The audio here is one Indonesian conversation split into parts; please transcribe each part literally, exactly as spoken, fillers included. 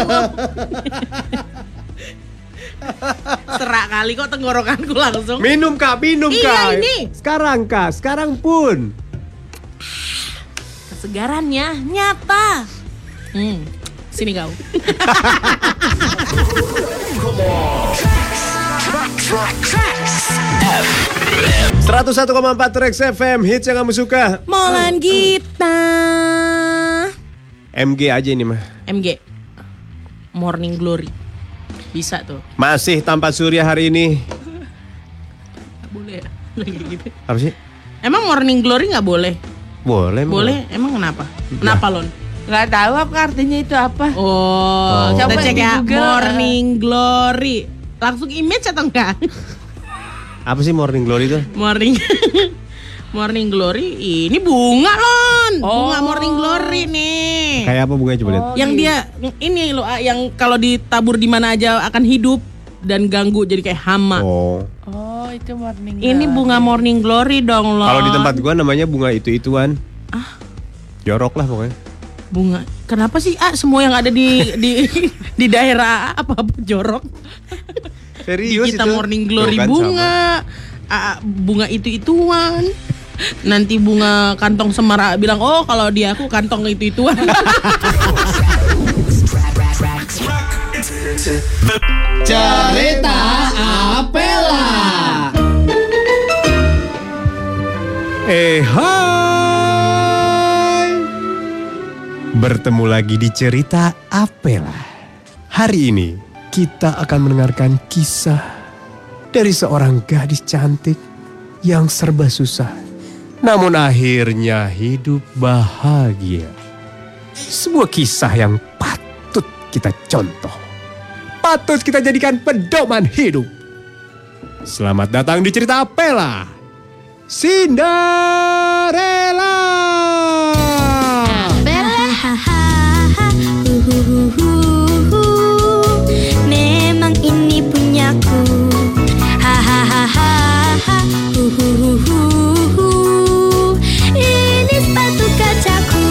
Serak kali kok tenggorokanku langsung. Minum Kak, minum iya, Kak. Ini. Sekarang Kak, sekarang pun. Kesegarannya nyata. Hmm, sini kau. seratus satu koma empat Trax F M, hits yang kamu suka. Molan Gita. M G aja ini mah. M G. Morning Glory. Bisa tuh. Masih tanpa Surya hari ini. Gak boleh ya? Lagi gitu. Apa sih? Emang Morning Glory gak boleh? Boleh. Boleh, emang kenapa? Kenapa Lon? Gak tahu apa artinya itu apa. Oh, Oh. kita Coba cek di ya. Google. Morning Glory. Langsung image atau enggak? Apa sih Morning Glory itu? Morning Morning Glory ini bunga Lon. Bunga Oh. Morning Glory nih. Kayak apa bunganya coba lihat? Oh, Yang gitu. dia ini loh, yang kalau ditabur di mana aja akan hidup dan ganggu jadi kayak hama. Oh. Oh, itu morning. Ini glory. bunga Morning Glory dong Lon. Kalau di tempat gua namanya bunga itu-ituan. Ah. Jorok lah pokoknya. Bunga. Kenapa sih ah semua yang ada di di di daerah apa apa jorok? Serius Kita itu? Morning Glory Tuh kan, bunga. Ah, bunga itu-ituan. Nanti bunga kantong semar bilang, "Oh, kalau di aku kantong itu-ituan." Cerita Apela. Eh hai. Bertemu lagi di Cerita Apela. Hari ini kita akan mendengarkan kisah dari seorang gadis cantik yang serba susah, namun akhirnya hidup bahagia. Sebuah kisah yang patut kita contoh, patut kita jadikan pedoman hidup. Selamat datang di Cerita Apela, Cinderella. Memang ini punyaku. Hahaha. Ini sepatu kacaku.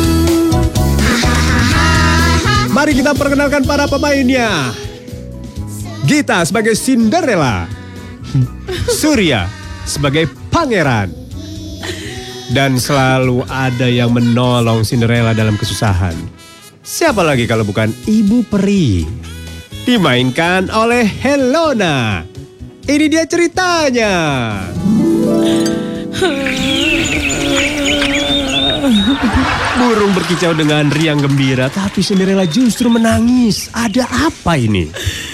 Mari kita perkenalkan para pemainnya. Gita sebagai Cinderella, Surya sebagai pangeran, dan selalu ada yang menolong Cinderella dalam kesusahan. Siapa lagi kalau bukan Ibu Peri, dimainkan oleh Helona. Ini dia ceritanya. Burung berkicau dengan riang gembira, tapi Cinderella justru menangis. Ada apa ini?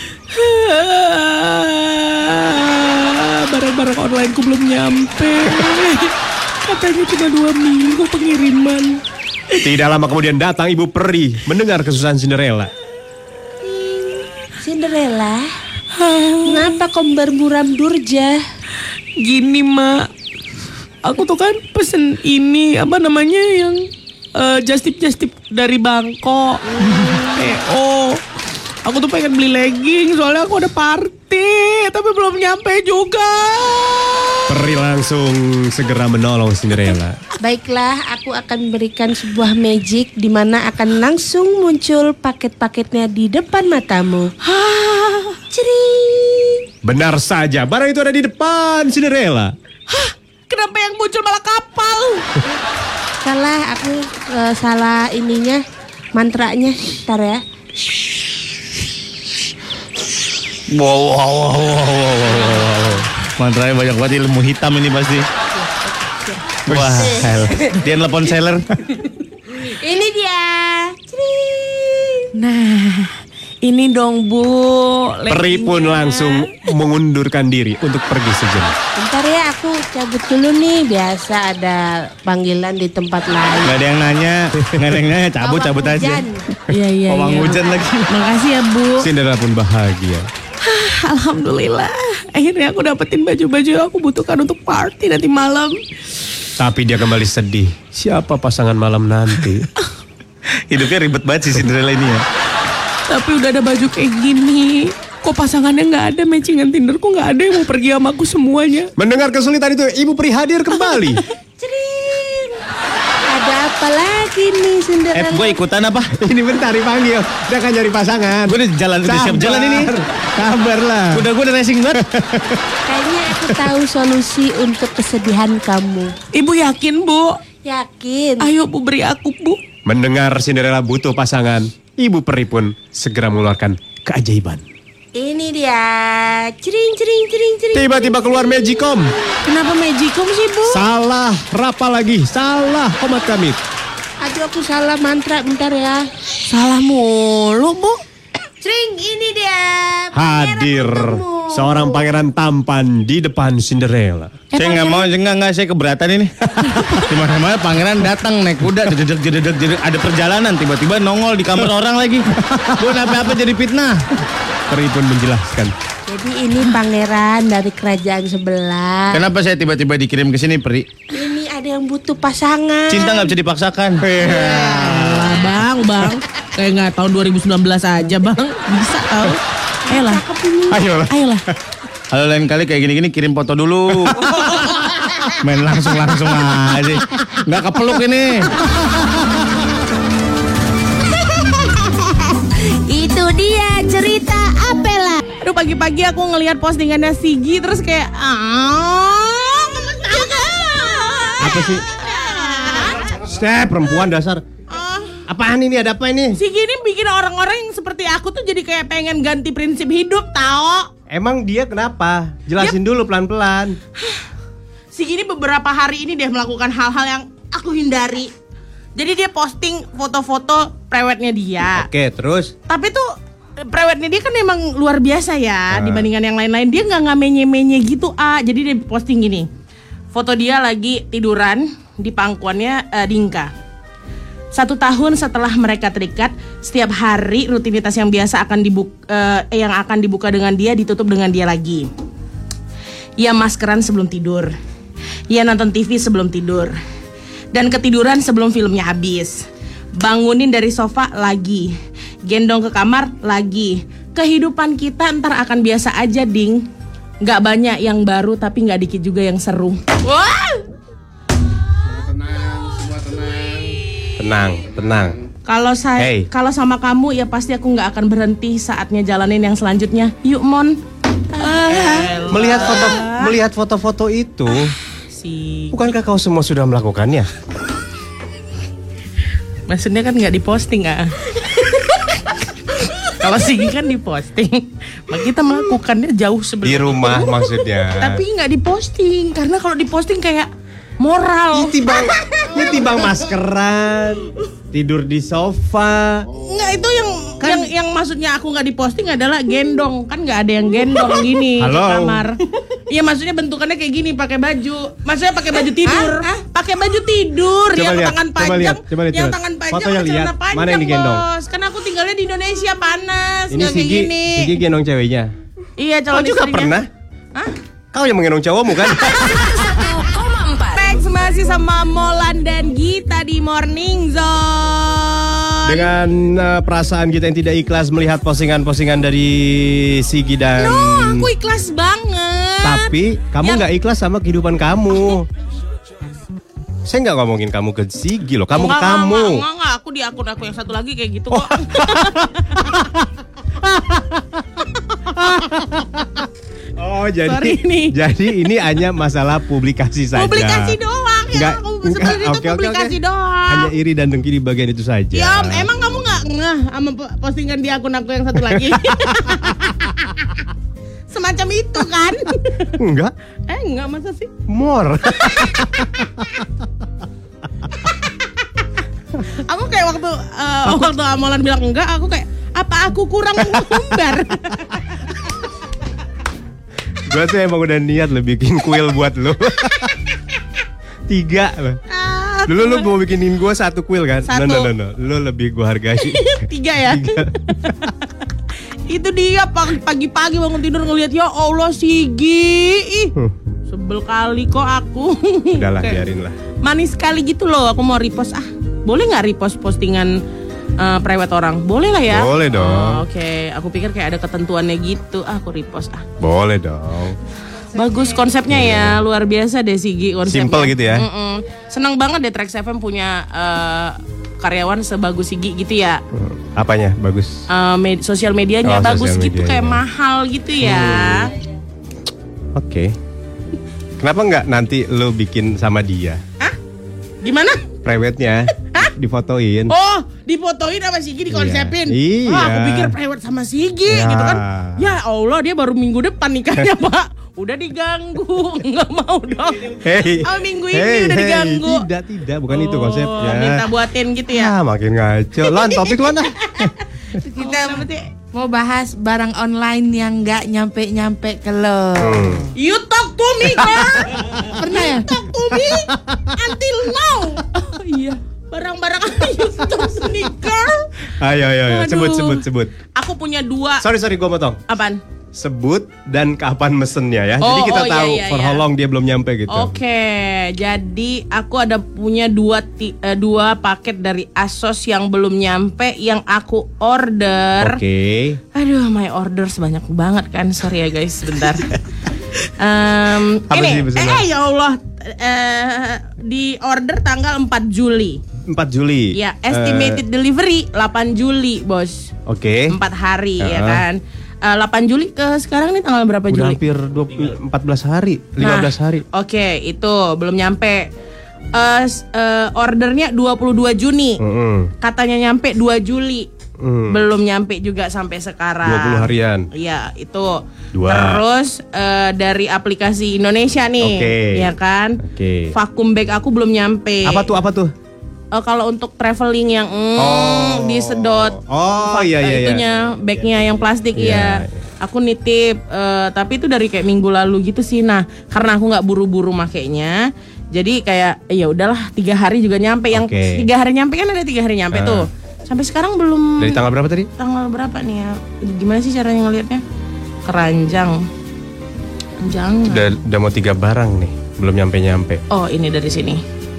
Barang-barang onlineku belum nyampe. Katanya cuma dua minggu pengiriman. Tidak lama kemudian datang Ibu Peri mendengar kesusahan Cinderella. Cinderella, mengapa kau bermuram durja? Gini mak, aku tuh kan pesen ini apa namanya yang uh, justip-justip dari Bangkok. E O. Aku tuh pengen beli legging soalnya aku ada party, tapi belum nyampe juga. Peri langsung segera menolong Cinderella. Baiklah, aku akan berikan sebuah magic di mana akan langsung muncul paket-paketnya di depan matamu. Hah, Cering. Benar saja, barang itu ada di depan Cinderella. hah, kenapa yang muncul malah kapal? Salah, aku eh, salah ininya, mantranya. Ntar ya. Wow, wow, wow, wow, wow, wow. Mantranya banyak banget, ilmu hitam ini pasti. Wah, dia nelpon seller. Ini dia. Cering. Nah, ini dong Bu. Peri pun langsung mengundurkan diri untuk pergi sejenak. Bentar ya, aku cabut dulu nih. Biasa ada panggilan di tempat lain. Gak ada yang nanya, gak ada yang nanya, cabut, cabut Pawang aja. hujan. Iya iya. Pawang iya. hujan lagi. Makasih ya Bu. Cinderella pun bahagia. Alhamdulillah, akhirnya aku dapetin baju-baju yang aku butuhkan untuk party nanti malam. Tapi dia kembali sedih. Siapa pasangan malam nanti? Hidupnya ribet banget sih Cinderella ini ya. Tapi udah ada baju kayak gini, kok pasangannya nggak ada, matchingan Tinderku nggak ada yang mau pergi sama aku semuanya. Mendengar kesulitan itu, Ibu Peri hadir kembali. Cering. Ada Apalagi nih Eh, Cinderella. gue ikutan apa? Ini bentar dipanggil. Dia kan nyari pasangan. Gue udah jalan, udah siap jalan ini. Sabar lah. Udah gue udah racing banget. Kayaknya aku tahu solusi untuk kesedihan kamu. Ibu yakin, Bu? Yakin? Ayo Bu beri aku, Bu. Mendengar Cinderella butuh pasangan, Ibu Peri pun segera mengeluarkan keajaiban. Ini dia. Cering cering cering cering. Tiba-tiba keluar Magicom. Kenapa Magicom sih, Bu? Salah, rapa lagi. Salah, komat kami. Aduh aku salah mantra, bentar ya. Salah mulu, Bu. Cering, ini dia. Hadir Pangeran ketemu. seorang pangeran tampan di depan Cinderella. Saya nggak mau, enggak enggak saya keberatan ini. Di mana-mana pangeran datang naik kuda, jedek jedek jedek ada perjalanan tiba-tiba nongol di kamar orang lagi. Gue apa-apa jadi fitnah. Peri pun menjelaskan. Jadi ini pangeran dari kerajaan sebelah. Kenapa saya tiba-tiba dikirim ke sini, Peri? Ini ada yang butuh pasangan. Cinta nggak bisa dipaksakan. Alah, Bang, Bang. Kayak nggak tahun dua ribu sembilan belas aja, Bang. Bisa tahu. Ayolah. Ayolah. Ayolah. Kalau lain kali kayak gini-gini kirim foto dulu. Main langsung-langsung aja. Nggak kepeluk ini. Itu dia cerita Apela. Aduh, pagi-pagi aku ngelihat postingannya Sigi terus kayak ah, Apa sih? Step, perempuan dasar. Apaan ini? Ada apa ini? Sigi ini bikin orang-orang yang seperti aku tuh jadi kayak pengen ganti prinsip hidup, tau? Emang dia kenapa? Jelasin dulu pelan-pelan. Sigi ini beberapa hari ini dia melakukan hal-hal yang aku hindari. Jadi dia posting foto-foto prewednya dia. Oke, terus? Tapi tuh prewednya dia kan emang luar biasa ya Ah. dibandingkan yang lain-lain. Dia nggak nggak menye-menye gitu ah. Jadi dia posting gini, foto dia lagi tiduran di pangkuannya uh, Dinka. Satu tahun setelah mereka terikat, setiap hari rutinitas yang biasa akan dibuka, uh, yang akan dibuka dengan dia ditutup dengan dia lagi. Ia maskeran sebelum tidur. Ia nonton T V sebelum tidur. Dan ketiduran sebelum filmnya habis. Bangunin dari sofa lagi. Gendong ke kamar lagi. Kehidupan kita ntar akan biasa aja, Ding. Gak banyak yang baru tapi gak dikit juga yang seru. Wah! Tenang, tenang. Kalau saya, Hey. kalau sama kamu ya pasti aku nggak akan berhenti saatnya jalanin yang selanjutnya. Yuk Mon. Ah, Melihat foto melihat foto-foto itu, si. bukankah kau semua sudah melakukannya? Maksudnya kan nggak diposting ah. Kalau Sigi kan diposting, maka kita melakukannya jauh sebelum Di rumah itu. maksudnya. Tapi nggak diposting karena kalau diposting kayak moral. Ini timbang, ini timbang maskeran, tidur di sofa. Nggak, itu yang yang yang maksudnya aku nggak diposting adalah gendong, kan nggak ada yang gendong gini Halo. di kamar. Iya maksudnya bentukannya kayak gini, pakai baju. Maksudnya pakai baju tidur, pakai baju tidur Coba yang lihat, tangan coba panjang, lihat, coba lihat, yang coba. tangan panjang, Fotonya celana lihat, panjang, mana yang digendong? Bos. Kan aku tinggalnya di Indonesia panas, Ini nggak kayak Sigi, gini. Sigi gendong ceweknya. Iya, Kau calon juga istrinya. pernah? Hah? Kau yang menggendong cowokmu kan? Thanks masih sama Molan dan Gita di Morning Zone. Dengan uh, perasaan kita yang tidak ikhlas melihat postingan-postingan dari Sigi dan... No, aku ikhlas banget. Tapi kamu Yang- nggak ikhlas sama kehidupan kamu. Saya nggak ngomongin kamu ke Sigi loh, kamu ke Enggak, kamu. Enggak, enggak, enggak, aku di akun aku yang satu lagi kayak gitu kok. Oh jadi, Sorry nih. jadi ini hanya masalah publikasi saja. Publikasi doang ya. Nggak, Aku nggak, sebenarnya itu oke, oke, publikasi oke. doang. Hanya iri dan dengki di bagian itu saja. Ya, emang kamu nggak ngeh sama po- postingan di akun aku yang satu lagi? Semacam itu kan? Enggak, Eh, enggak masa sih? more. Aku kayak waktu uh, waktu Amolan bilang enggak, aku kayak apa aku kurang umbar? Gue tuh emang udah niat lo bikin kuil buat lo. Tiga loh. Ah, Dulu lo mau bikinin gue satu kuil kan? Satu. No, no, no, no. Lo lebih gue hargai. Tiga ya? Itu dia pag- pagi-pagi bangun tidur ngeliat ya Allah Sigi. Ih, Huh, sebel kali kok aku. Udahlah, Kayak biarin lah. manis sekali gitu loh, aku mau repost. Ah, boleh nggak repost postingan uh, private orang? Boleh lah ya? Boleh dong. Oh, Oke, aku pikir kayak ada ketentuannya gitu. Ah, aku repost ah. Boleh dong. Bagus konsepnya ya, luar biasa deh Sigi konsepnya. Simple gitu ya. Mm-mm. Senang banget deh Trax F M punya uh, karyawan sebagus Sigi gitu ya. Apanya bagus? Uh, med- sosial medianya Oh, bagus sosial gitu, medianya. kayak mahal gitu ya. Oke. Kenapa nggak nanti lo bikin sama dia? Hah? Gimana? Private-nya difotoin. Oh, difotoin sama Sigi dikonsepin. Iya. Wah, aku pikir private sama Sigi Ya. gitu kan. Ya Allah, dia baru minggu depan nikahnya, Pak. Udah diganggu, nggak mau dong. Hey, Oh, minggu ini hey, udah hey, diganggu. Tidak, tidak, bukan itu Oh, konsepnya. minta buatin gitu ya. Ah, makin ngaco. Lon, topik Lon ah. Kita mau bahas barang online yang nggak nyampe-nyampe ke lo. Hmm. You talk to me, girl. Pernah ya? Talk to me until now. Oh iya, barang-barang you talk to me, girl. Ayo, ayo, ayo. Aduh. Sebut, sebut, sebut. Aku punya dua. Sorry, sorry, gue potong. Apaan? Sebut dan kapan mesennya ya. Oh, Jadi kita oh, iya, tahu iya, for iya. how long dia belum nyampe gitu. Oke, jadi aku ada punya dua ti- eh, dua paket dari Asos yang belum nyampe, yang aku order. Oke. Aduh, my orders banyak banget kan, sorry ya guys, sebentar. Em, Apa sih ini, pesannya? eh ya Allah, eh, di order tanggal empat Juli. empat Juli. Ya, estimated delivery delapan Juli, bos. Eh, Oke. empat hari ya Uh-uh. kan. Eh, delapan Juli ke sekarang nih tanggal berapa Udah Juli? hampir dua puluh, empat belas hari, lima belas Nah, hari. Oke, itu belum nyampe. Eh, s- eh, ordernya dua puluh dua Juni. Mm-mm. Katanya nyampe dua Juli. Mm. Belum nyampe juga sampai sekarang. dua puluh harian. Iya, itu. Dua. Terus eh, dari aplikasi Indonesia nih, Oke. ya kan? Oke. Vacuum bag aku belum nyampe. Apa tuh, apa tuh? Eh, kalau untuk traveling yang mm, Oh. disedot. Oh, va- iya, iya, eh, iya. Itunya bagnya yang plastik Iya, ya. iya. Aku nitip, eh, tapi itu dari kayak minggu lalu gitu sih. Nah, karena aku nggak buru-buru makainya, jadi kayak ya udahlah tiga hari juga nyampe. Yang Oke. tiga hari nyampe kan ada tiga hari nyampe Ah. tuh. Sampai sekarang belum. Dari tanggal berapa tadi? Tanggal berapa nih ya? Gimana sih caranya ngelihatnya? Keranjang. Jangan. Udah, udah mau tiga barang nih, belum nyampe-nyampe. Oh, ini dari sini.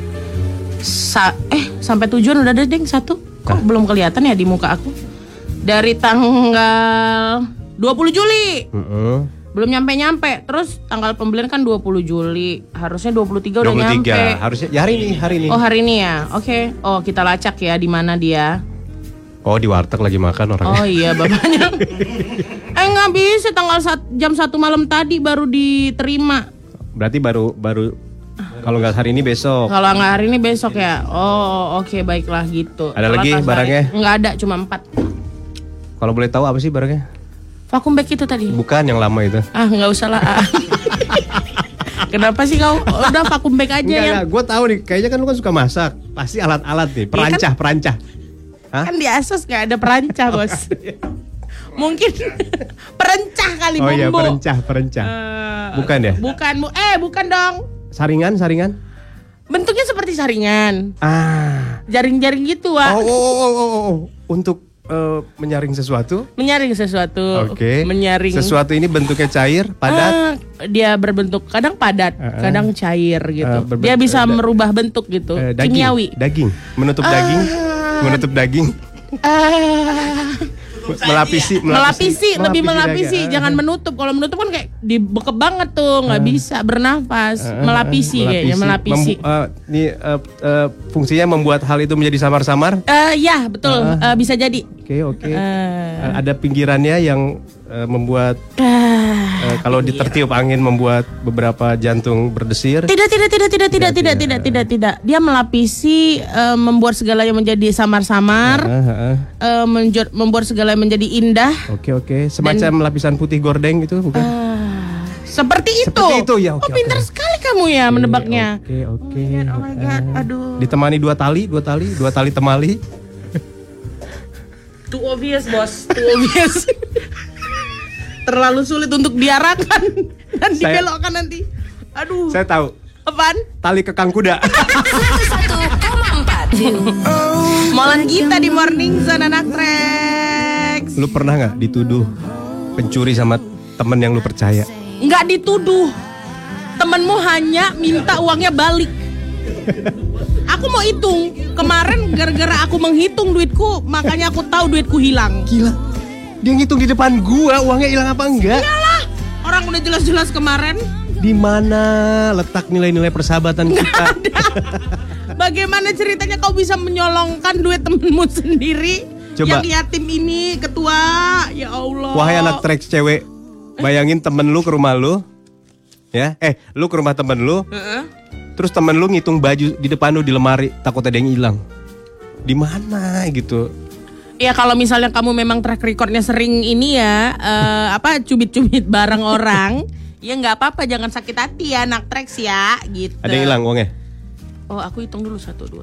Sa eh sampai tujuan udah ada deng satu. Kok Hah? belum kelihatan ya di muka aku? Dari tanggal dua puluh Juli. Mm-mm. Belum nyampe-nyampe. Terus tanggal pembelian kan dua puluh Juli. Harusnya dua puluh tiga udah dua puluh tiga. nyampe. Harusnya ya hari ini, hari ini. Oh, hari ini ya. Oke. Oh, kita lacak ya di mana dia. Oh, di warteg lagi makan orangnya. Oh iya, bapaknya. eh nggak bisa tanggal sat- jam satu malam tadi baru diterima. Berarti baru baru kalau nggak hari ini besok. Kalau nggak hari ini besok ya. Oh, oke baiklah gitu. Ada lagi Kalau barangnya? Nggak ada, cuma empat. Kalau boleh tahu apa sih barangnya? Vacuum bag itu tadi. Bukan yang lama itu. Ah, nggak usah lah. ah. Kenapa sih kau? Udah vacuum bag aja Enggak, yang enggak. Gue tahu nih. Kayaknya kan lu kan suka masak. Pasti alat-alat nih. Perancah, perancah. Hah? kan di Asos nggak ada perancah bos. Mungkin perencah kali Oh iya, bumbu. perencah, perencah. Eh, Bukan ya? Bukan, bu. Eh, bukan dong. Saringan, saringan. Bentuknya seperti saringan, Ah. jaring-jaring gitu, Oh, Wak. oh, oh, oh, oh, oh. Untuk eh, menyaring sesuatu. Menyaring sesuatu. Oke. Menyaring. Sesuatu ini bentuknya cair, padat. Ah, dia berbentuk kadang padat, Uh-uh. kadang cair gitu. Uh, berben- dia bisa uh, da- merubah bentuk gitu. Eh, daging, Kimiawi. daging, menutup daging, menutup daging, Ah, melapisi, melapisi, lebih melapisi, daging. jangan menutup. Kalau menutup kan kayak dibekep banget tuh, nggak bisa bernafas. Eh, melapisi, kayaknya melapisi. Membu- eh, ini eh, eh, fungsinya membuat hal itu menjadi samar-samar. Eh, ya betul, Uh-uh. Eh, bisa jadi. Oke, oke. Eh. Eh, ada pinggirannya yang eh, membuat Ah, eh, kalau ditertiup angin membuat beberapa jantung berdesir. Tidak, tidak, tidak, tidak, tidak, tidak, tidak, tidak, tidak. Dia melapisi, eh, membuat segalanya menjadi samar-samar, Ah, ah, ah. eh, menjo- membuat segalanya menjadi indah. Oke, oke. Semacam lapisan putih gordeng itu bukan? Ah, seperti itu. Seperti itu, ya, oke, Oh, pintar oke. sekali kamu ya menebaknya. Oke, oke. Oh my god, Eh, aduh. Ditemani dua tali, dua tali, dua tali temali. Too obvious, bos. Too obvious. Terlalu sulit untuk diarahkan dan Saya- dibelokkan nanti. Aduh. Saya tahu. Apaan? Tali kekang kuda. satu koma empat. Molan kita di Morning Zone anak Trax. Lu pernah nggak dituduh pencuri sama temen yang lu percaya? Nggak dituduh. Temenmu hanya minta uangnya balik. Aku mau hitung. Kemarin gara-gara aku menghitung duitku, makanya aku tahu duitku hilang. Gila. Dia ngitung di depan gua, uangnya hilang apa enggak? Iyalah, orang udah jelas-jelas kemarin Di mana letak nilai-nilai persahabatan kita? Bagaimana ceritanya kau bisa menyolongkan duit temenmu sendiri? Coba. Yang yatim ini, ketua. Ya Allah. Wahai anak treks cewek, bayangin temen lu ke rumah lu, ya? Eh, lu ke rumah temen lu, Heeh. terus temen lu ngitung baju di depan lu di lemari, takut ada yang hilang. Di mana gitu? Ya kalau misalnya kamu memang track recordnya sering ini ya, eh, apa cubit-cubit barang orang, ya nggak apa-apa, jangan sakit hati ya anak tracks ya, gitu. Ada yang hilang uangnya? Oh aku hitung dulu satu dua.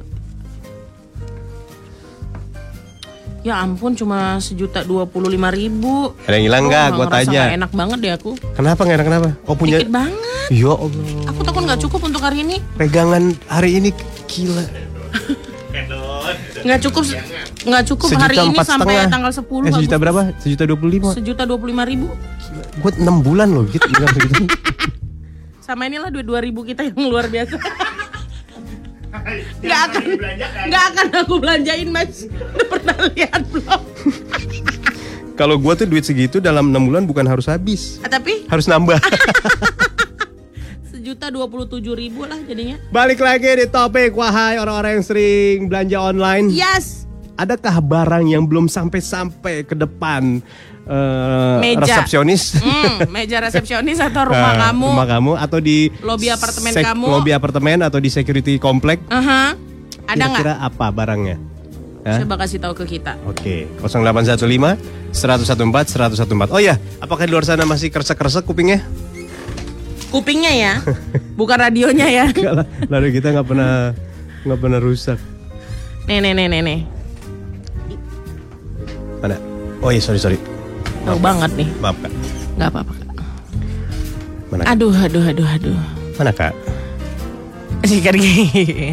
Ya ampun cuma sejuta dua puluh lima ribu. Ada yang hilang nggak? Gue tanya. Gak enak banget deh aku. Kenapa nggak enak kenapa? Oh punya. Dikit banget. Ya Allah. Aku takut nggak cukup untuk hari ini. Pegangan hari ini gila. Nggak cukup, nggak cukup Sejuta hari ini empat sampai setengah. tanggal sepuluh. Eh, sejuta Agustus. berapa? Sejuta dua puluh lima. Sejuta dua puluh lima ribu. Gue enam bulan loh gitu. Segitu. Sama inilah duit dua ribu kita yang luar biasa. Nggak akan, nggak akan aku belanjain mas. Udah pernah lihat belum? Kalau gue tuh duit segitu dalam enam bulan bukan harus habis, Ah, tapi harus nambah. sejuta dua puluh tujuh ribu lah jadinya. Balik lagi di topik, wahai orang-orang yang sering belanja online. Yes. Adakah barang yang belum sampai-sampai ke depan uh, Meja. resepsionis? Hmm, meja resepsionis atau rumah Uh, kamu, rumah kamu atau di lobi apartemen kamu. lobi apartemen atau di security komplek? Aha. Ada nggak? Kira-kira apa barangnya? Hah? Coba kasih tahu ke kita. Oke, nol delapan satu lima, satu satu empat, satu satu empat. Oh ya, apakah di luar sana masih kresek-kresek kupingnya? Kupingnya ya, bukan radionya ya. Enggak lah, lalu kita nggak pernah nggak pernah rusak. Nih nih nih nih nih. Mana? Oh iya, sorry sorry. Tahu banget nih. Maaf kak. Nggak apa-apa kak. Mana? Kak? Aduh aduh aduh aduh. Mana kak? Sikat gigi.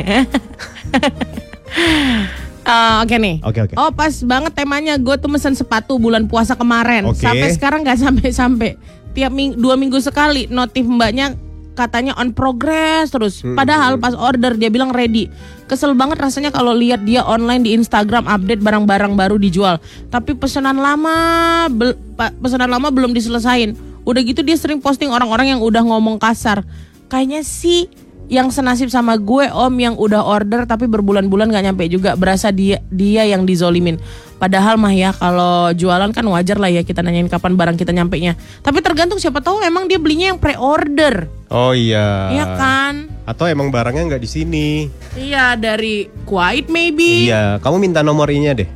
Eh, Oke nih. Oke, oke. Oh pas banget temanya, gue tuh mesen sepatu bulan puasa kemarin. Oke. Sampai sekarang nggak sampai-sampai. Tiap ming- dua minggu sekali notif mbaknya katanya on progress terus. Hmm. Padahal pas order dia bilang ready. Kesel banget rasanya kalau lihat dia online di Instagram update barang-barang baru dijual. Tapi pesanan lama, bel- pa- pesanan lama belum diselesain. Udah gitu dia sering posting orang-orang yang udah ngomong kasar. Kayaknya sih yang senasib sama gue om yang udah order tapi berbulan-bulan gak nyampe juga, berasa dia dia yang dizolimin. Padahal mah ya kalau jualan kan wajar lah ya kita nanyain kapan barang kita nyampenya. Tapi tergantung, siapa tahu emang dia belinya yang pre-order. Oh iya. Iya kan? Atau emang barangnya nggak di sini? Iya dari Kuwait maybe. Iya, kamu minta nomor ininya deh.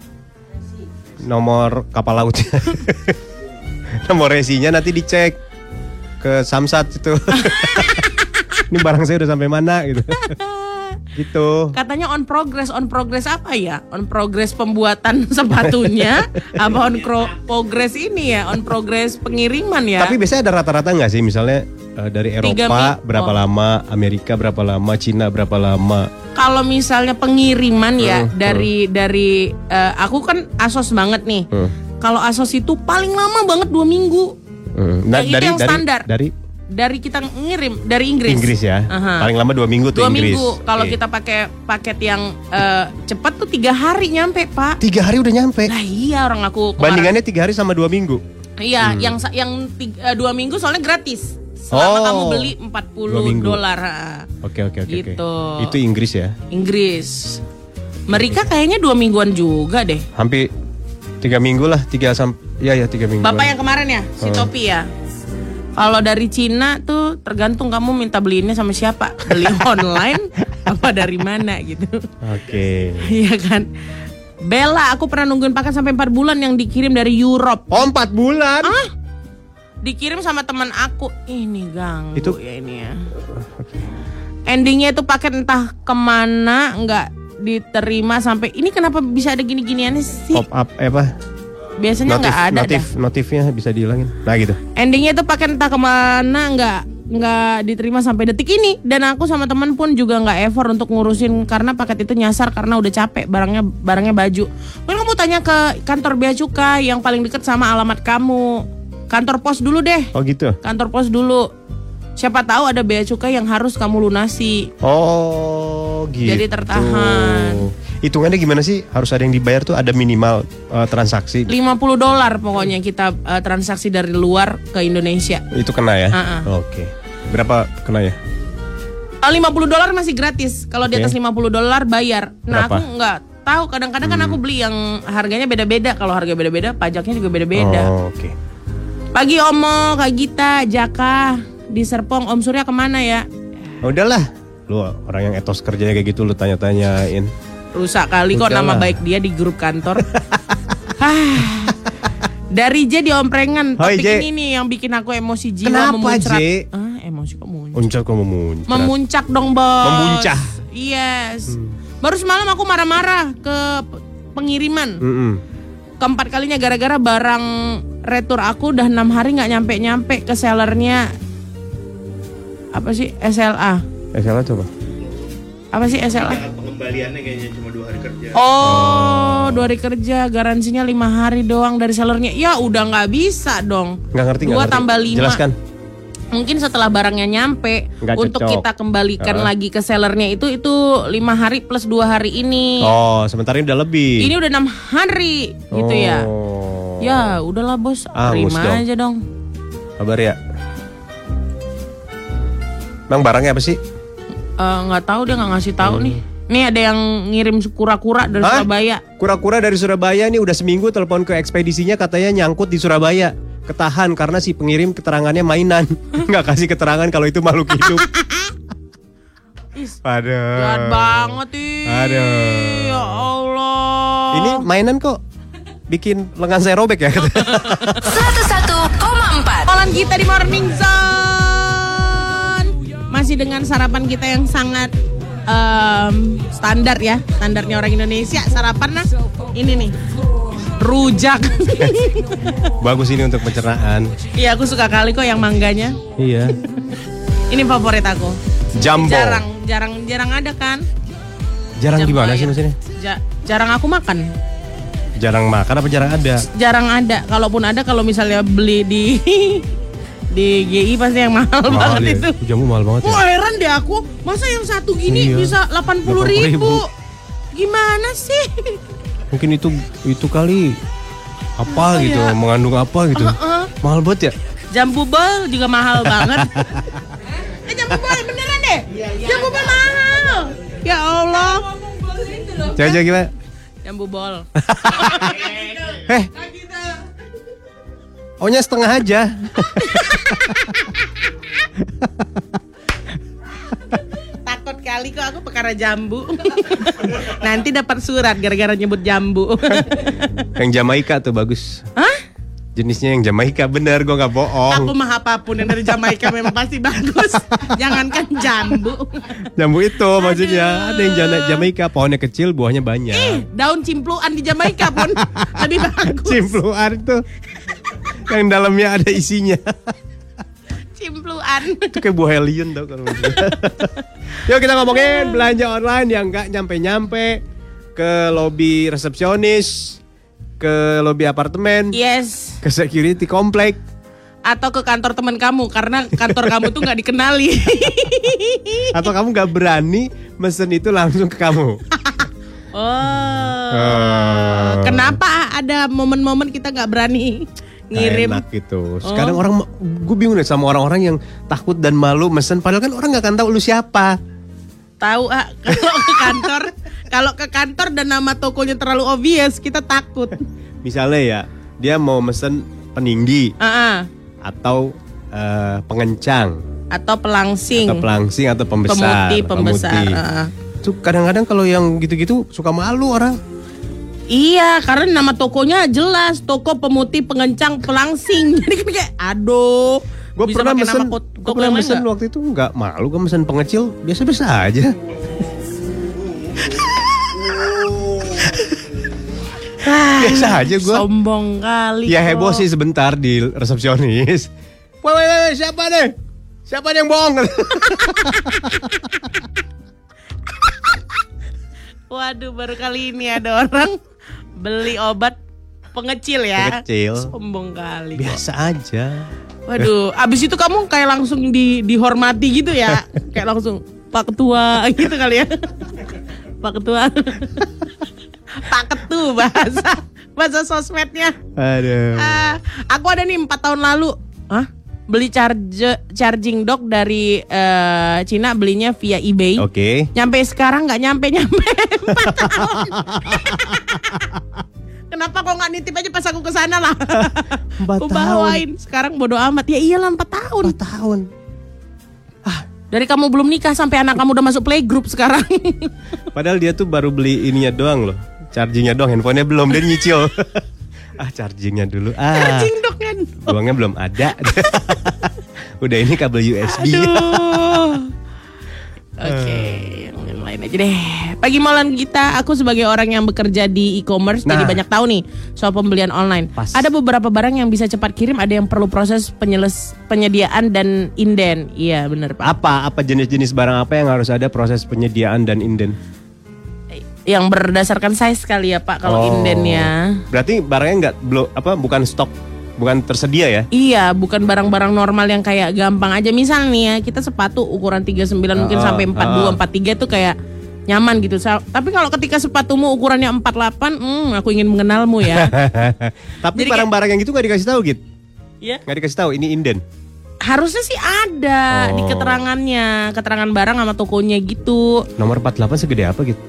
Nomor kapal lautnya. Nomor resinya nanti dicek ke Samsat itu. Ini barang saya udah sampai mana gitu. Gitu. Katanya on progress, on progress apa ya? On progress pembuatan sepatunya, apa on cro- progress ini ya? On progress pengiriman ya? Tapi biasanya ada rata-rata nggak sih? Misalnya uh, dari Tiga Eropa mi- berapa oh. lama, Amerika berapa lama, Cina berapa lama? Kalau misalnya pengiriman ya Hmm, dari dari eh, aku kan Asos banget nih. Hmm. Kalau Asos itu paling lama banget dua minggu. Hmm. Ya, itu yang standar. Dari Dari kita ngirim dari Inggris. Inggris ya. Aha. Paling lama dua minggu tuh Dua Inggris. minggu. Kalau Oke. kita pakai paket yang eh, cepat tuh tiga hari nyampe Pak. Tiga hari udah nyampe. Lah iya orang aku kemarin- Bandingannya tiga hari sama dua minggu. Iya, yang sa- yang tiga, eh, dua minggu soalnya gratis. Selama Oh, kamu beli empat puluh dua minggu. dolar. ha. Oke oke oke. oke. Gitu. Itu Inggris ya. Inggris. Mereka kayaknya dua mingguan juga deh. Hampir tiga minggu lah, tiga sampai ya ya tiga minggu. Bapak yang kemarin ya, si Oh. Topi ya. Kalau dari Cina tuh tergantung kamu minta beliinnya sama siapa. Beli online apa dari mana gitu. Oke. Iya kan. Bella, aku pernah nungguin paket sampai empat bulan yang dikirim dari Europe. Oh empat bulan. Ah? Dikirim sama teman aku. Ini ganggu Itu- ya ini ya. Endingnya itu paket entah kemana nggak diterima sampai ini kenapa bisa ada gini-giniannya sih? Pop up eh, apa? Biasanya Notif nggak ada notif dah. notifnya bisa dihilangin. Nah gitu. Endingnya itu paket entah kemana nggak nggak diterima sampai detik ini, dan aku sama teman pun juga nggak effort untuk ngurusin karena paket itu nyasar karena udah capek, barangnya barangnya baju. Mungkin kamu tanya ke kantor bea cukai yang paling deket sama alamat kamu. Kantor pos dulu deh. Oh gitu. Kantor pos dulu. Siapa tahu ada bea cukai yang harus kamu lunasi. Oh gitu. Jadi tertahan. Hitungannya gimana sih? Harus ada yang dibayar tuh ada minimal uh, transaksi. lima puluh dolar pokoknya kita uh, transaksi dari luar ke Indonesia. Itu kena ya? Uh-uh. Oke. Berapa kena ya? Oh, lima puluh dolar masih gratis. Kalau di Oke. atas lima puluh dolar bayar. Nah, Berapa? aku nggak tahu. Kadang-kadang kan aku beli yang harganya beda-beda. Kalau harga beda-beda, pajaknya juga beda-beda. Oh, oke. Pagi Omo, Kak Gita, Jaka, di Serpong, Om Surya kemana ya? Oh, udahlah. Lu orang yang etos kerjanya kayak gitu lu tanya-tanyain. Rusak kali kok Udahlah. nama baik dia di grup kantor. Hah. Dari J di Omprengan. Hai, Topik J. ini nih yang bikin aku emosi jiwa. Kenapa, memuncrat. J? Ah, emosi kok muncrat. Muncak kok memuncak. Memuncak dong, Bos. Memuncah. Yes. Hmm. Baru semalam aku marah-marah ke p- pengiriman. Mm-mm. Keempat kalinya gara-gara barang retur aku udah enam hari nggak nyampe-nyampe ke sellernya. Apa sih S L A? Eh, salah coba. Apa sih S L A? Pengembaliannya kayaknya cuma dua hari kerja. Oh, dua hari kerja, garansinya lima hari doang dari sellernya. Ya udah nggak bisa dong. Nggak ngerti, nggak Dua ngerti. tambah lima. Jelaskan. Mungkin setelah barangnya nyampe Nggak untuk cocok. kita kembalikan Uh-uh. lagi ke sellernya itu itu lima hari plus dua hari ini. Oh, sementara ini udah lebih. Ini udah enam hari gitu ya. Oh. Ya udahlah bos, Angus terima dong. aja dong. Kabar ya. Bang, barangnya apa sih? Eh, nggak tahu dia nggak ngasih tahu nih. Nih ada yang ngirim kura-kura dari Hah? Surabaya. Kura-kura dari Surabaya nih udah seminggu telepon ke ekspedisinya katanya nyangkut di Surabaya. Ketahan karena si pengirim keterangannya mainan. Nggak kasih keterangan kalau itu makhluk hidup. Is, Aduh. jahat banget ih. Aduh. Ya Allah. Ini mainan kok bikin lengan saya robek ya. seratus satu koma empat. Malam kita di Morning Zone. Masih dengan sarapan kita yang sangat em, standar ya. Standarnya orang Indonesia. Sarapan nah ini nih. Rujak. Bagus ini untuk pencernaan. Iya aku suka kali kok yang mangganya. Iya. Ini favorit aku. Jumbo. Jarang, jarang, jarang ada kan? Jarang Jumbo gimana sih ya. maksudnya? Ja- jarang aku makan. Jarang makan apa jarang ada? Jarang ada. Kalaupun ada, kalau misalnya beli di di G I pasti yang mahal, banget ya. itu. Jamu mahal banget ya. Wah heran deh aku, masa yang satu gini Iya. bisa delapan puluh ribu? Gimana sih? Mungkin itu itu kali apa gitu, ya. mengandung apa gitu. Heeh. Mahal banget ya? Jambu bol juga mahal banget. Eh jambu bol beneran deh? Jambu bol mahal. Ya Allah. Coba coba gimana? Jambu bol. Eh, ohnya setengah aja. Takut kali kok aku perkara jambu. Nanti dapat surat gara-gara nyebut jambu. Yang Jamaika tuh bagus. Hah? Jenisnya yang Jamaika, bener, gue nggak Aku bohong. mah apapun yang dari Jamaika memang pasti bagus. Jangankan jambu. Jambu itu maksudnya ada yang jana- Jamaika, pohonnya kecil, buahnya banyak. Eh, daun cimpluan di Jamaika pun lebih bagus. Cimpluan tuh, yang dalamnya ada isinya. Cimpluan. Itu kayak buah helium tau kalau gitu. Yuk kita ngomongin belanja online yang nggak nyampe-nyampe ke lobi resepsionis, ke lobi apartemen, Yes. ke security komplek. Atau ke kantor teman kamu karena kantor kamu tuh nggak dikenali. Atau kamu nggak berani mesen itu langsung ke kamu. Oh. Oh. Kenapa ada momen-momen kita nggak berani ngirim? Enak gitu. Sekarang orang, gue bingung deh sama orang-orang yang takut dan malu mesen. Padahal kan orang nggak akan tahu lu siapa. Tahu ah kalau ke kantor, kalau ke kantor dan nama tokonya terlalu obvious kita takut. Misalnya ya, dia mau mesen peninggi Ah, ah. atau eh, pengencang Atau pelangsing. atau pelangsing atau pembesar. Pemutih, pembesar. pemutih. ah, ah. Itu kadang-kadang kalau yang gitu-gitu suka malu orang. Iya, karena nama tokonya jelas, toko pemutih, pengencang, pelangsing. Jadi kan kayak, aduh. Gue bisa pernah pakai mesen, nama ko- gue toko pernah yang lain mesen nggak? waktu itu nggak malu, gue mesen pengecil biasa-biasa aja. Biasa aja gue. Sombong kali. Ya kok. heboh sih sebentar di resepsionis. Woi, woi, woi, siapa nih? Siapa nih yang bohong? Waduh, baru kali ini ada orang beli obat pengecil ya. Pengecil. Sombong kali. kok. Biasa aja. Waduh, abis itu kamu kayak langsung di, dihormati gitu ya. Kayak langsung, Pak Ketua gitu kali ya. Pak Ketua. Pak Ketu bahasa bahasa sosmednya. Aduh. Ah, aku ada nih empat tahun lalu. Hah? beli charge charging dock dari uh, Cina, belinya via eBay. Oke. Okay. Nyampe sekarang nggak nyampe nyampe empat tahun. Kenapa kok nggak nitip aja pas aku kesana lah? Empat Aku bawain. Sekarang bodo amat. Ya iyalah empat tahun. Empat tahun. Dari kamu belum nikah sampai anak kamu udah masuk playgroup sekarang. Padahal dia tuh baru beli ininya doang loh. Chargingnya doang, handphonenya belum, dia nyicil. Ah chargingnya dulu. Ah, Charging dock kan. uangnya belum ada. Udah ini kabel U S B. Aduh. Oke, yang lain aja deh. Pagi malam kita, aku sebagai orang yang bekerja di e-commerce, Nah. jadi banyak tahu nih soal pembelian online. Pas. Ada beberapa barang yang bisa cepat kirim, ada yang perlu proses penyeles, penyediaan dan inden. Iya benar Pak. Apa apa jenis-jenis barang apa yang harus ada proses penyediaan dan inden? Yang berdasarkan size kali ya Pak kalau Oh. indennya. Berarti barangnya nggak belum apa bukan stok, bukan tersedia ya? Iya, bukan barang-barang normal yang kayak gampang aja. Misal nih ya, kita sepatu ukuran tiga puluh sembilan mungkin Ah, sampai ah, empat puluh dua, empat puluh tiga tuh kayak nyaman gitu. Sa- Tapi kalau ketika sepatumu ukurannya empat puluh delapan, hmm, aku ingin mengenalmu ya. Tapi Jadi barang-barang yang gitu nggak dikasih tahu gitu? Iya. Nggak dikasih tahu ini inden. Harusnya sih ada di Oh. keterangannya, keterangan barang sama tokonya gitu. Nomor empat puluh delapan segede apa gitu?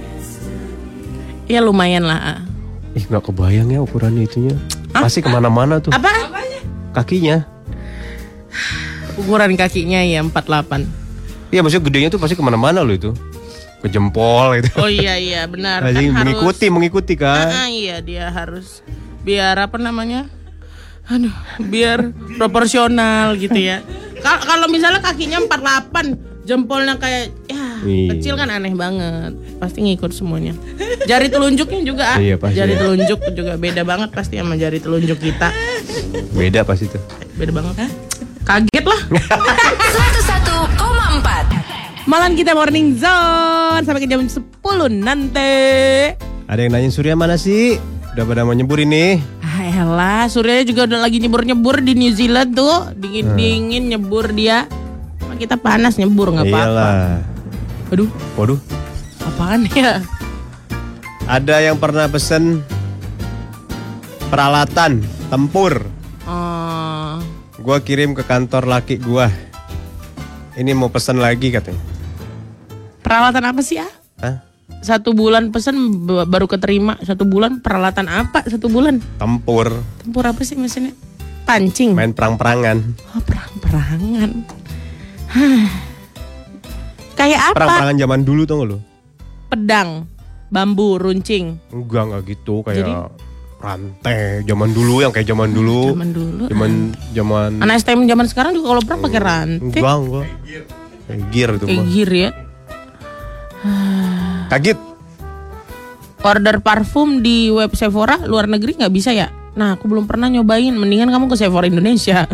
Ya lumayan lah. Ih nggak kebayang ya ukurannya itunya. Pasti kemana-mana tuh. Apa? Kakinya. Ukuran kakinya ya empat puluh delapan. Iya maksudnya gedenya tuh pasti kemana-mana loh itu. Ke jempol gitu. Oh iya iya benar. Pasti Kan mengikuti harus, mengikuti kan. Ah, iya dia harus biar apa namanya? Aduh, biar proporsional gitu ya. Ka- Kalau misalnya kakinya empat puluh delapan, jempolnya kayak ya Iya. kecil kan aneh banget. Pasti ngikut semuanya. Jari telunjuknya juga ah. Iya, pasti Jari ya. telunjuk juga beda banget pasti sama jari telunjuk kita. Beda pasti tuh. Beda banget. Kaget lah. seratus satu koma empat. Malam kita morning zone sampai ke jam sepuluh nanti. Ada yang nanyain Surya mana sih? Udah pada mau nyebur ini. Ah elah, Surya juga udah lagi nyebur-nyebur di New Zealand tuh. Dingin-dingin nyebur dia. Nah, kita panas nyebur gak apa-apa. Iyalah. Aduh, Waduh. apaan ya? Ada yang pernah pesen peralatan tempur. Oh, Gua kirim ke kantor laki gua. Ini mau pesen lagi katanya. peralatan apa sih ah? Hah? Satu bulan pesen b- baru keterima. Satu bulan peralatan apa? Satu bulan Tempur. tempur apa sih mesinnya? Pancing. Main perang-perangan. Oh, perang-perangan. Hah. Kayak apa? Perang-perangan zaman dulu tuh lo? Pedang, bambu, runcing. Enggak, enggak gitu. Kayak Jadi? rantai zaman dulu yang kayak zaman dulu. Zaman dulu. Zaman zaman Anak S T M zaman sekarang juga kalau perang pakai rantai. enggak, enggak. Kayak gear itu Kayak mah. gear ya. Kaget. Order parfum di web Sephora luar negeri nggak bisa ya? Nah, aku belum pernah nyobain. Mendingan kamu ke Sephora Indonesia.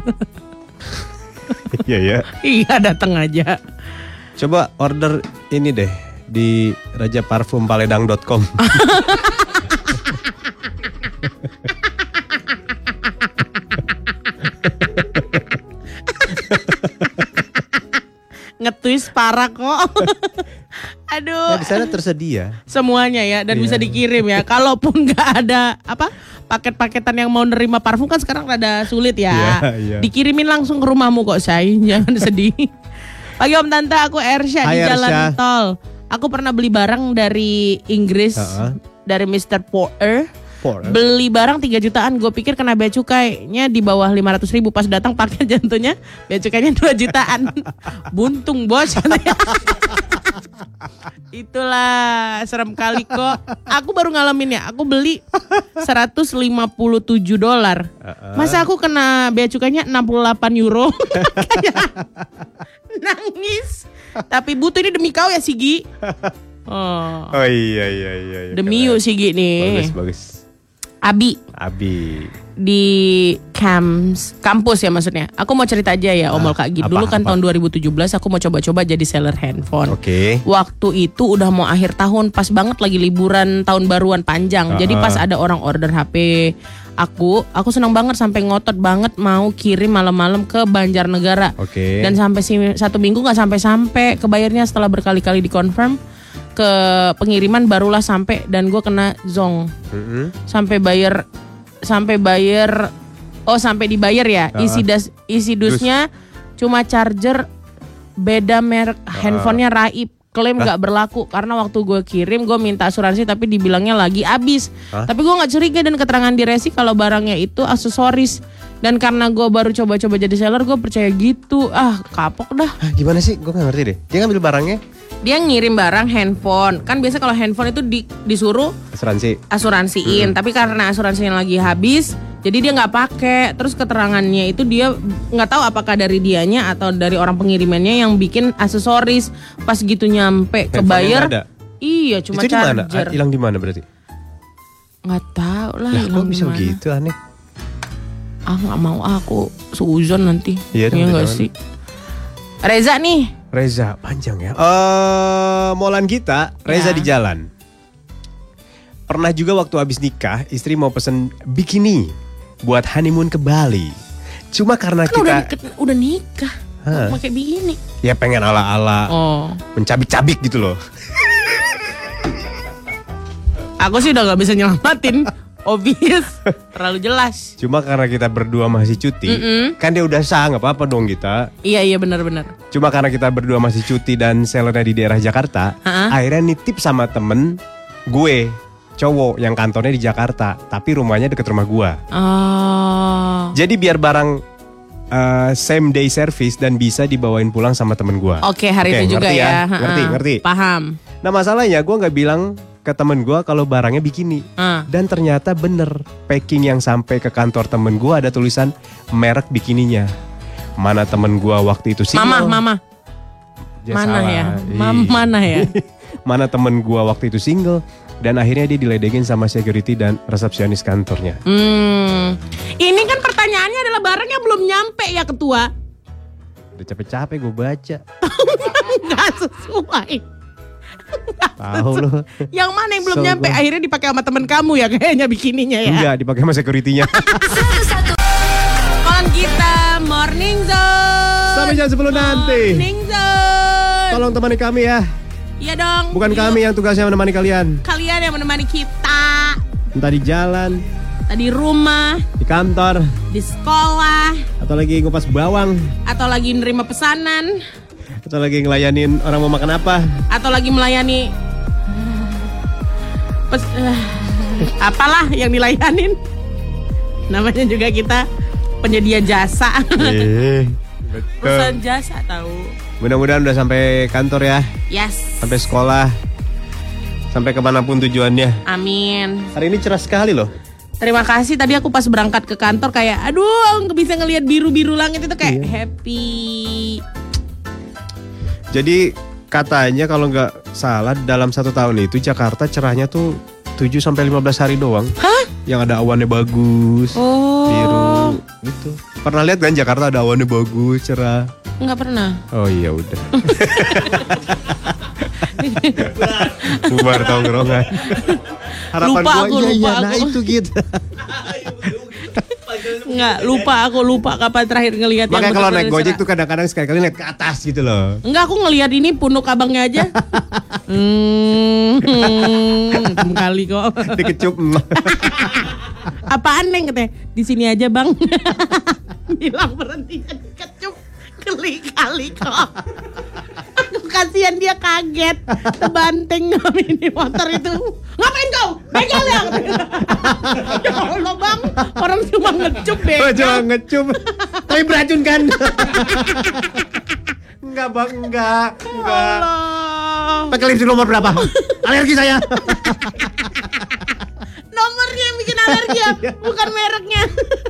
Iya ya. Iya, datang aja. Coba order ini deh di raja parfum paledang dot com. Nge-twist parah kok. Aduh. Nah, di sana tersedia. Semuanya ya dan Iya. bisa dikirim ya. Kalaupun nggak ada apa paket-paketan yang mau nerima parfum kan sekarang rada sulit ya. Iya, iya. Dikirimin langsung ke rumahmu kok, say. Jangan sedih. Pagi Om Tante, aku Ersha di Hai, jalan Ersha. tol. Aku pernah beli barang dari Inggris, Ha-ha. dari mister Porter. For, Beli barang tiga jutaan, gue pikir kena bea cukainya di bawah lima ratus ribu. Pas datang paket jantungnya bea cukainya dua jutaan. Buntung bos. Itulah serem kali kok. Aku baru ngalamin ya. Aku beli seratus lima puluh tujuh dolar. Masa aku kena bea cukainya enam puluh delapan euro. Kayak nangis. Tapi butuh ini demi kau ya Sigi. Oh, Oh iya iya iya. iya. demi yuk Sigi nih. Bagus bagus. Abi Abi. di camps, kampus ya maksudnya. Aku mau cerita aja ya Omol Kak Gid. apa, Dulu kan apa? tahun dua ribu tujuh belas aku mau coba-coba jadi seller handphone. Oke. Waktu itu udah mau akhir tahun, pas banget lagi liburan tahun baruan panjang. Jadi Ah, pas ah. ada orang order H P aku, aku senang banget sampai ngotot banget mau kirim malam-malam ke Banjarnegara. Oke. Dan sampai si- satu minggu nggak sampai-sampai, kebayarnya setelah berkali-kali dikonfirm ke pengiriman barulah sampai dan gue kena zong. Mm-mm. Sampai bayar sampai bayar Oh sampai dibayar ya? Uh, isi das, isi dusnya cuma charger beda merek Uh. handphonenya Raib. Klaim nggak berlaku karena waktu gue kirim gue minta asuransi tapi dibilangnya lagi habis. Hah? Tapi gue nggak curiga dan keterangan di resi kalau barangnya itu aksesoris. Dan karena gue baru coba-coba jadi seller gue percaya gitu. Ah kapok dah. Hah, gimana sih? Gue gak ngerti deh. Dia ngambil barangnya Dia ngirim barang handphone. Kan biasa kalau handphone itu di, disuruh asuransi. asuransiin. Tapi karena asuransinya lagi habis, jadi dia nggak pakai. Terus keterangannya itu dia nggak tahu apakah dari dianya atau dari orang pengirimannya yang bikin aksesoris. Pas gitu nyampe Handphonenya kebayar. nggak ada? Iya cuma Itu di mana? charger. Ah, hilang di mana berarti? Nggak tahu lah. Lah hilang kok bisa di mana. begitu aneh? Ah nggak mau aku seuzon nanti. Iya, Iya nggak jangan. sih. Reza nih. Reza panjang ya. Eh, molan kita Reza Ya. di jalan. Pernah juga waktu habis nikah, istri mau pesen bikini buat honeymoon ke Bali. Cuma karena Kan udah, kita nik- udah nikah. Hah? Pakai begini. ya pengen ala-ala Oh. mencabik-cabik gitu loh. Aku sih udah nggak bisa nyelamatin. Obvious. Terlalu jelas. Cuma karena kita berdua masih cuti, Mm-mm. kan dia udah sah, nggak apa-apa dong kita. Iya iya benar-benar. Cuma karena kita berdua masih cuti dan sellernya di daerah Jakarta, Ha-ha. akhirnya nitip sama temen gue, cowok yang kantornya di Jakarta, tapi rumahnya deket rumah gue. Oh. Jadi biar barang uh, same day service dan bisa dibawain pulang sama temen gue. Oke hari Oke, itu juga ngerti ya. ya? Ha-ha. Ngerti, ngerti. Paham. Nah masalahnya gue nggak bilang ke temen gue kalau barangnya bikini. Ah. Dan ternyata bener, packing yang sampai ke kantor temen gue ada tulisan merek bikininya. Mana temen gue waktu itu Mama, single. mama. Dia Mana salah. ya? Ih. Mam, mana ya? Mana temen gue waktu itu single. Dan akhirnya dia diledekin sama security dan resepsionis kantornya. Hmm. Ini kan pertanyaannya adalah barangnya belum nyampe ya ketua. Udah capek-capek gue baca. Nggak sesuai. Tahu loh. Yang mana yang belum So nyampe? gua- Akhirnya dipakai sama temen kamu ya kayaknya bikininya ya. Enggak, dipakai sama security-nya. seratus satu On kita Morning Zone. Sampai jam sepuluh nanti. Morning Zone. Tolong temani kami ya. Iya dong. Bukan Yuk. kami yang tugasnya menemani kalian. Kalian yang menemani kita. Entah di jalan, Di rumah, di kantor, di sekolah, atau lagi ngupas bawang, atau lagi nerima pesanan, atau lagi ngelayanin orang mau makan apa. atau lagi melayani pes, eh, apalah yang dilayanin. Namanya juga kita penyedia jasa. Eh, Perusahaan betul. jasa tahu. Mudah-mudahan udah sampai kantor ya, Yes. sampai sekolah, sampai kemanapun tujuannya. Amin. Hari ini cerah sekali loh. Terima kasih. Tadi aku pas berangkat ke kantor kayak aduh nggak bisa ngelihat biru-biru langit itu kayak Iya. happy. Jadi katanya kalau nggak salah dalam satu tahun itu Jakarta cerahnya tuh tujuh sampai lima belas hari doang. Hah? Yang ada awannya bagus, Oh. biru gitu. Pernah lihat kan Jakarta ada awannya bagus, cerah. Nggak pernah. Oh iya udah. Bubar tongkrongan. Harapan Lupa gua, aku, iya, lupa iya, nah aku. itu gitu. Nggak lupa aku lupa kapan terakhir ngelihat yang Makanya kalau naik betul-betul Gojek cerah. tuh kadang-kadang sekali-kali lihat ke atas gitu loh. Enggak, aku ngelihat ini punuk abangnya aja. Hmm, hmm, kali kok. Dikecup. Apaan Neng katanya? Di sini aja bang. Bilang berhenti kecup kali kali kok. Aku kasihan dia kaget, terbanteng ini motor itu. Ngapain kau? Begal ya? Ya Allah bang, orang cuma ngecup Oh, begal. jangan ngecup. Tapi beracun kan? Enggak bang, enggak. Enggak. Allah. Pakai lipstick nomor berapa? Alergi saya. Nomornya yang bikin alergi ya, bukan mereknya.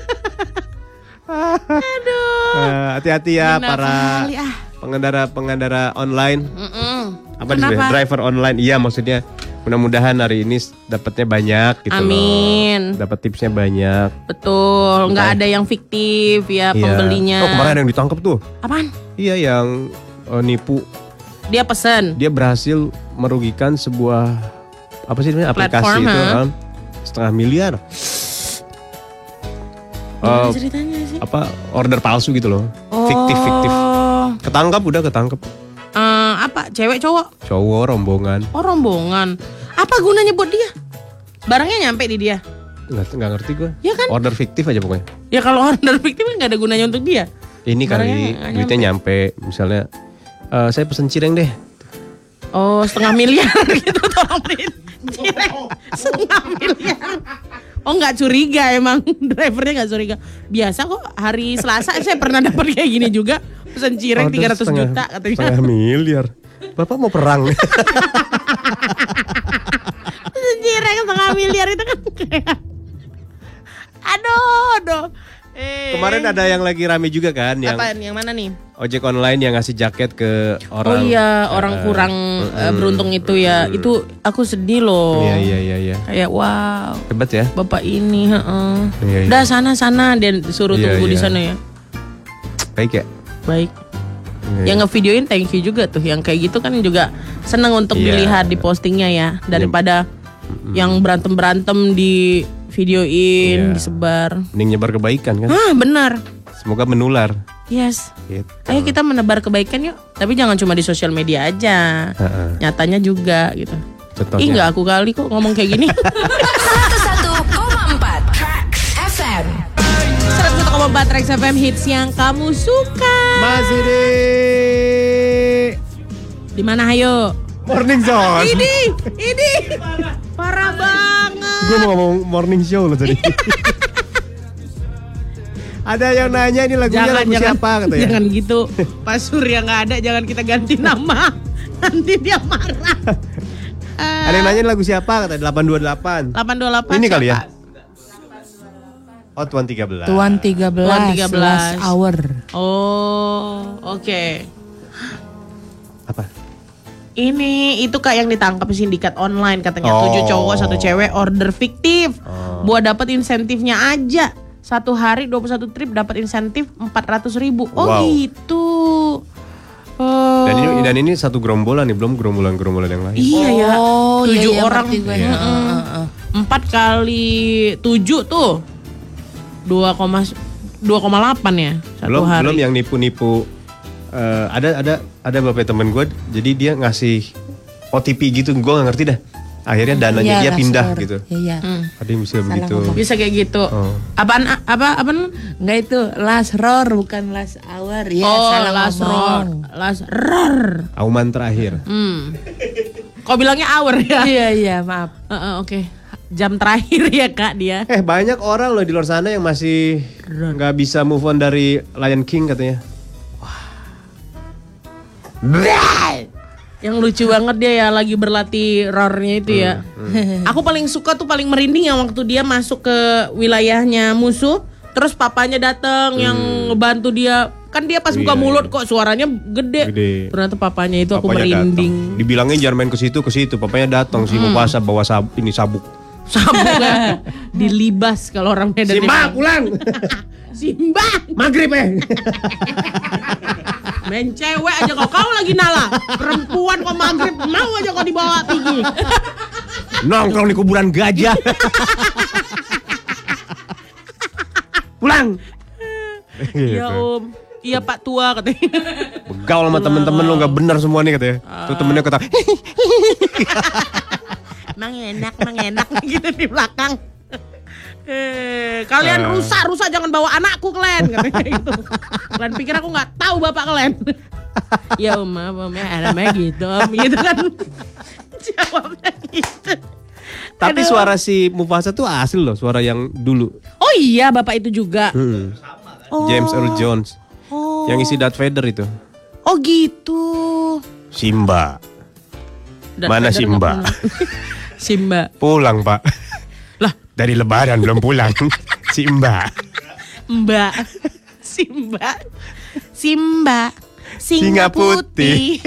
Aduh. Eh, Hati-hati ya Benar para sekali, ah. pengendara-pengendara online. Mm-mm. Apa disebut? Kenapa? Driver online. Iya maksudnya mudah-mudahan hari ini dapatnya banyak gitu Amin. loh. Dapat tipsnya banyak. Betul, nggak ada yang fiktif ya Iya. pembelinya. Oh kemarin ada yang ditangkap tuh. Apaan? Iya yang eh, nipu. Dia pesen. Dia berhasil merugikan sebuah apa sih namanya aplikasi Platform, itu ha? kan setengah miliar. Gimana Eh, ceritanya sih? apa order palsu gitu loh. Fiktif fiktif. Oh, Ketangkap udah ketangkap. eh, apa? Cewek cowok? Cowok rombongan. Oh rombongan. Apa gunanya buat dia? Barangnya nyampe di dia. Nggak, nggak ngerti gue. Ya kan Order fiktif aja pokoknya. Ya kalau order fiktif nggak ada gunanya untuk dia. Ini kali Barangnya nggak duitnya nyampe. Misalnya eh, saya pesen cireng deh. Oh setengah miliar gitu tolong beliin cireng setengah miliar. Oh nggak curiga emang drivernya nggak curiga. Biasa kok hari Selasa saya pernah dapat kayak gini juga pesen cireng Order tiga ratus setengah- juta katanya. Setengah miliar. Bapak mau perang nih. Pesen cireng setengah miliar itu kan kayak aduh aduh. Eh, Kemarin ada yang lagi rame juga kan, yang apaan yang mana nih? ojek online yang ngasih jaket ke Oh orang. iya orang Eh, kurang eh, beruntung itu ya. Itu aku sedih loh. Iya iya iya iya. Kayak wow. Hebat ya. Bapak ini, heeh. Iya, iya. Dah sana sana dan suruh Iya, tunggu di iya. sana ya. Baik ya. Baik. Iya, Yang iya. ngevideoin thank you juga tuh. Yang kayak gitu kan juga seneng untuk Iya. dilihat di postingnya ya daripada yang berantem-berantem di videoin, Iya. disebar. Mending nyebar kebaikan kan. Ah, benar. Semoga menular. Yes. Gitu. Ayo kita menebar kebaikan yuk. Tapi jangan cuma di sosial media aja. Heeh. Nyatanya juga gitu. Contohnya. Ih, nggak aku kali kok ngomong kayak gini. seratus satu koma empat Tracks F M. seratus satu koma empat Trax F M hits yang kamu suka. Masih di Di mana ayo? Morning Zone. Ini, ini parah banget. Gue mau ngomong morning show loh tadi. Ada yang nanya ini lagunya Jangan, lagu jangan, siapa katanya. jangan gitu. Pas Surya nggak ada, jangan kita ganti nama. Nanti dia marah. Ada yang nanya ini lagu siapa katanya delapan dua delapan. delapan dua delapan Ini kali ya. siapa? Oh Tuan tiga belas. Tuan tiga belas, Tuan tiga belas. last hour. Oh, oke. Apa? Ini itu kak yang ditangkap sindikat online katanya Oh. tujuh cowok satu cewek order fiktif buat dapat insentifnya aja satu hari dua puluh satu trip dapat insentif empat ratus ribu. Oh Wow. gitu. Oh. Dan ini dan ini satu gerombolan nih, belum gerombolan-gerombolan yang lain. Iya ya. Oh, iya, Tujuh iya, orang. ngerti gue. Iya. Heeh, heeh. Empat kali tujuh tuh dua koma dua koma delapan ya satu Belum hari. belum yang nipu-nipu. Eh, ada ada ada beberapa temen gue, jadi dia ngasih O T P gitu, gue nggak ngerti dah. Akhirnya dananya Iya, dia last pindah hour. gitu. Iya, iya. Hmm. Ada yang bisa Salah begitu. ngomong. Bisa kayak gitu. Oh. Apaan apa apaan? Enggak itu last roar bukan last hour. Ya, oh, salah last roar. ngomong. Last roar. Auman terakhir. Hmm. Kok bilangnya hour ya? Iya, iya, maaf. Heeh, oke. Jam terakhir ya kak dia. Eh banyak orang loh di luar sana yang masih nggak bisa move on dari Lion King katanya. Yang lucu banget dia ya lagi berlatih roarnya itu ya. Aku paling suka tuh paling merinding yang waktu dia masuk ke wilayahnya musuh, terus papanya datang yang ngebantu dia. Kan dia pas buka Iya, mulut iya. kok suaranya gede. Gede. Ternyata papanya itu aku Papanya merinding. datang. Dibilangin jangan main ke situ ke situ. Papanya datang sih mau puasa bawa sab ini sabuk. Sabuk ya. Dilibas kalau orang Medan. Simba pulang. Simba. Maghrib eh. Main cewek aja kok kau lagi nala. Perempuan kok maghrib mau aja kau dibawa tinggi. Nongkrong di kuburan gajah. Pulang. Iya om. Iya Pak Tua katanya. Begaul sama temen-temen lo nggak benar semua nih katanya. Tuh temennya kata. Emang enak, emang enak gitu di belakang. Eh, kalian Ah. rusak, rusak jangan bawa anakku kalian katanya gitu. Kalian pikir aku nggak tahu bapak kalian? Ya om, maaf om ya, namanya gitu om, gitu kan. Jawabnya gitu. Tapi Aduh. suara si Mufasa tuh asli loh, suara yang dulu. Oh iya, bapak itu juga. Hmm. Oh. James Earl Jones. Oh. Yang isi Darth Vader itu. Oh gitu. Simba. Darth Mana Vader Simba? nggak pernah. Simba. Pulang pak. Lah, Dari lebaran belum pulang. Simba. Mbak. Simba. Simba. Singa putih.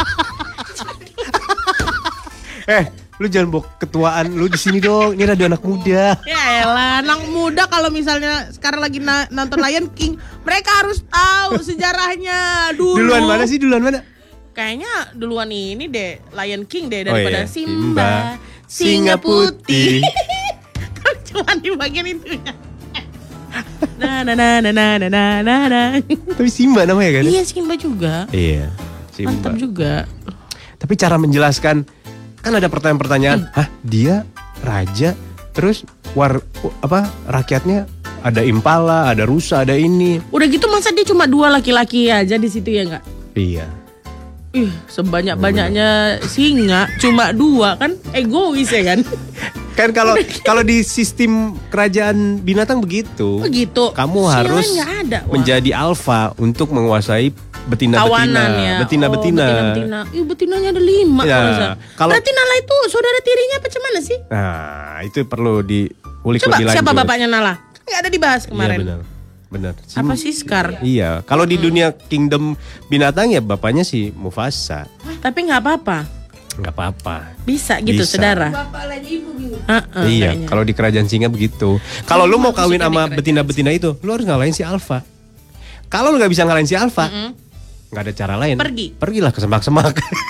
Eh, lu jangan bawa ketuaan lu di sini dong. Ini radio anak muda. Ya elah, anak muda kalau misalnya sekarang lagi na- nonton Lion King, mereka harus tahu sejarahnya dulu. Duluan mana sih? Duluan mana? Kayaknya duluan ini deh, Lion King deh Oh daripada iya, Simba. Simba. Singa putih. Kan cuma di bagian itu ya. Nah, nah, nah, nah, nah, nah, nah, nah, nah. Tapi Simba namanya kan? Iya, Simba juga. Iya. Simba. Mantap juga. Tapi cara menjelaskan, kan ada pertanyaan-pertanyaan. Hah, dia raja, terus war apa rakyatnya Ada impala, ada rusa, ada ini. Udah gitu masa dia cuma dua laki-laki aja di situ ya nggak? Iya. Ih, sebanyak-banyaknya singa cuma dua kan egois ya kan? Kan kalau kalau di sistem kerajaan binatang begitu. Begitu. Kamu Singa harus nggak ada. Wah. menjadi alfa untuk menguasai betina-betina. Kawanan ya. Betina-betina. Oh, betina-betina. Ih, betinanya ada lima. Ya, kalau kalau- Berarti Nala itu saudara tirinya apa cuman sih? Nah, itu perlu diulik Coba lebih lanjut. siapa bapaknya Nala? Nggak ada dibahas Iya kemarin. benar. Benar. Si- Apa Siskar? Iya, kalau di dunia kingdom binatang ya bapaknya si Mufasa. Tapi nggak apa-apa. Nggak apa-apa. Bisa gitu Bisa. saudara. Bapak lagi ibu gitu. Heeh, iya, kayaknya. kalau di kerajaan singa begitu. Kalau lu mau kawin maksudnya sama di kerajaan betina-betina itu, lu harus ngalahin si alfa. Kalau lu nggak bisa ngalahin si alfa, nggak ada cara lain. Pergi. Pergilah ke semak-semak.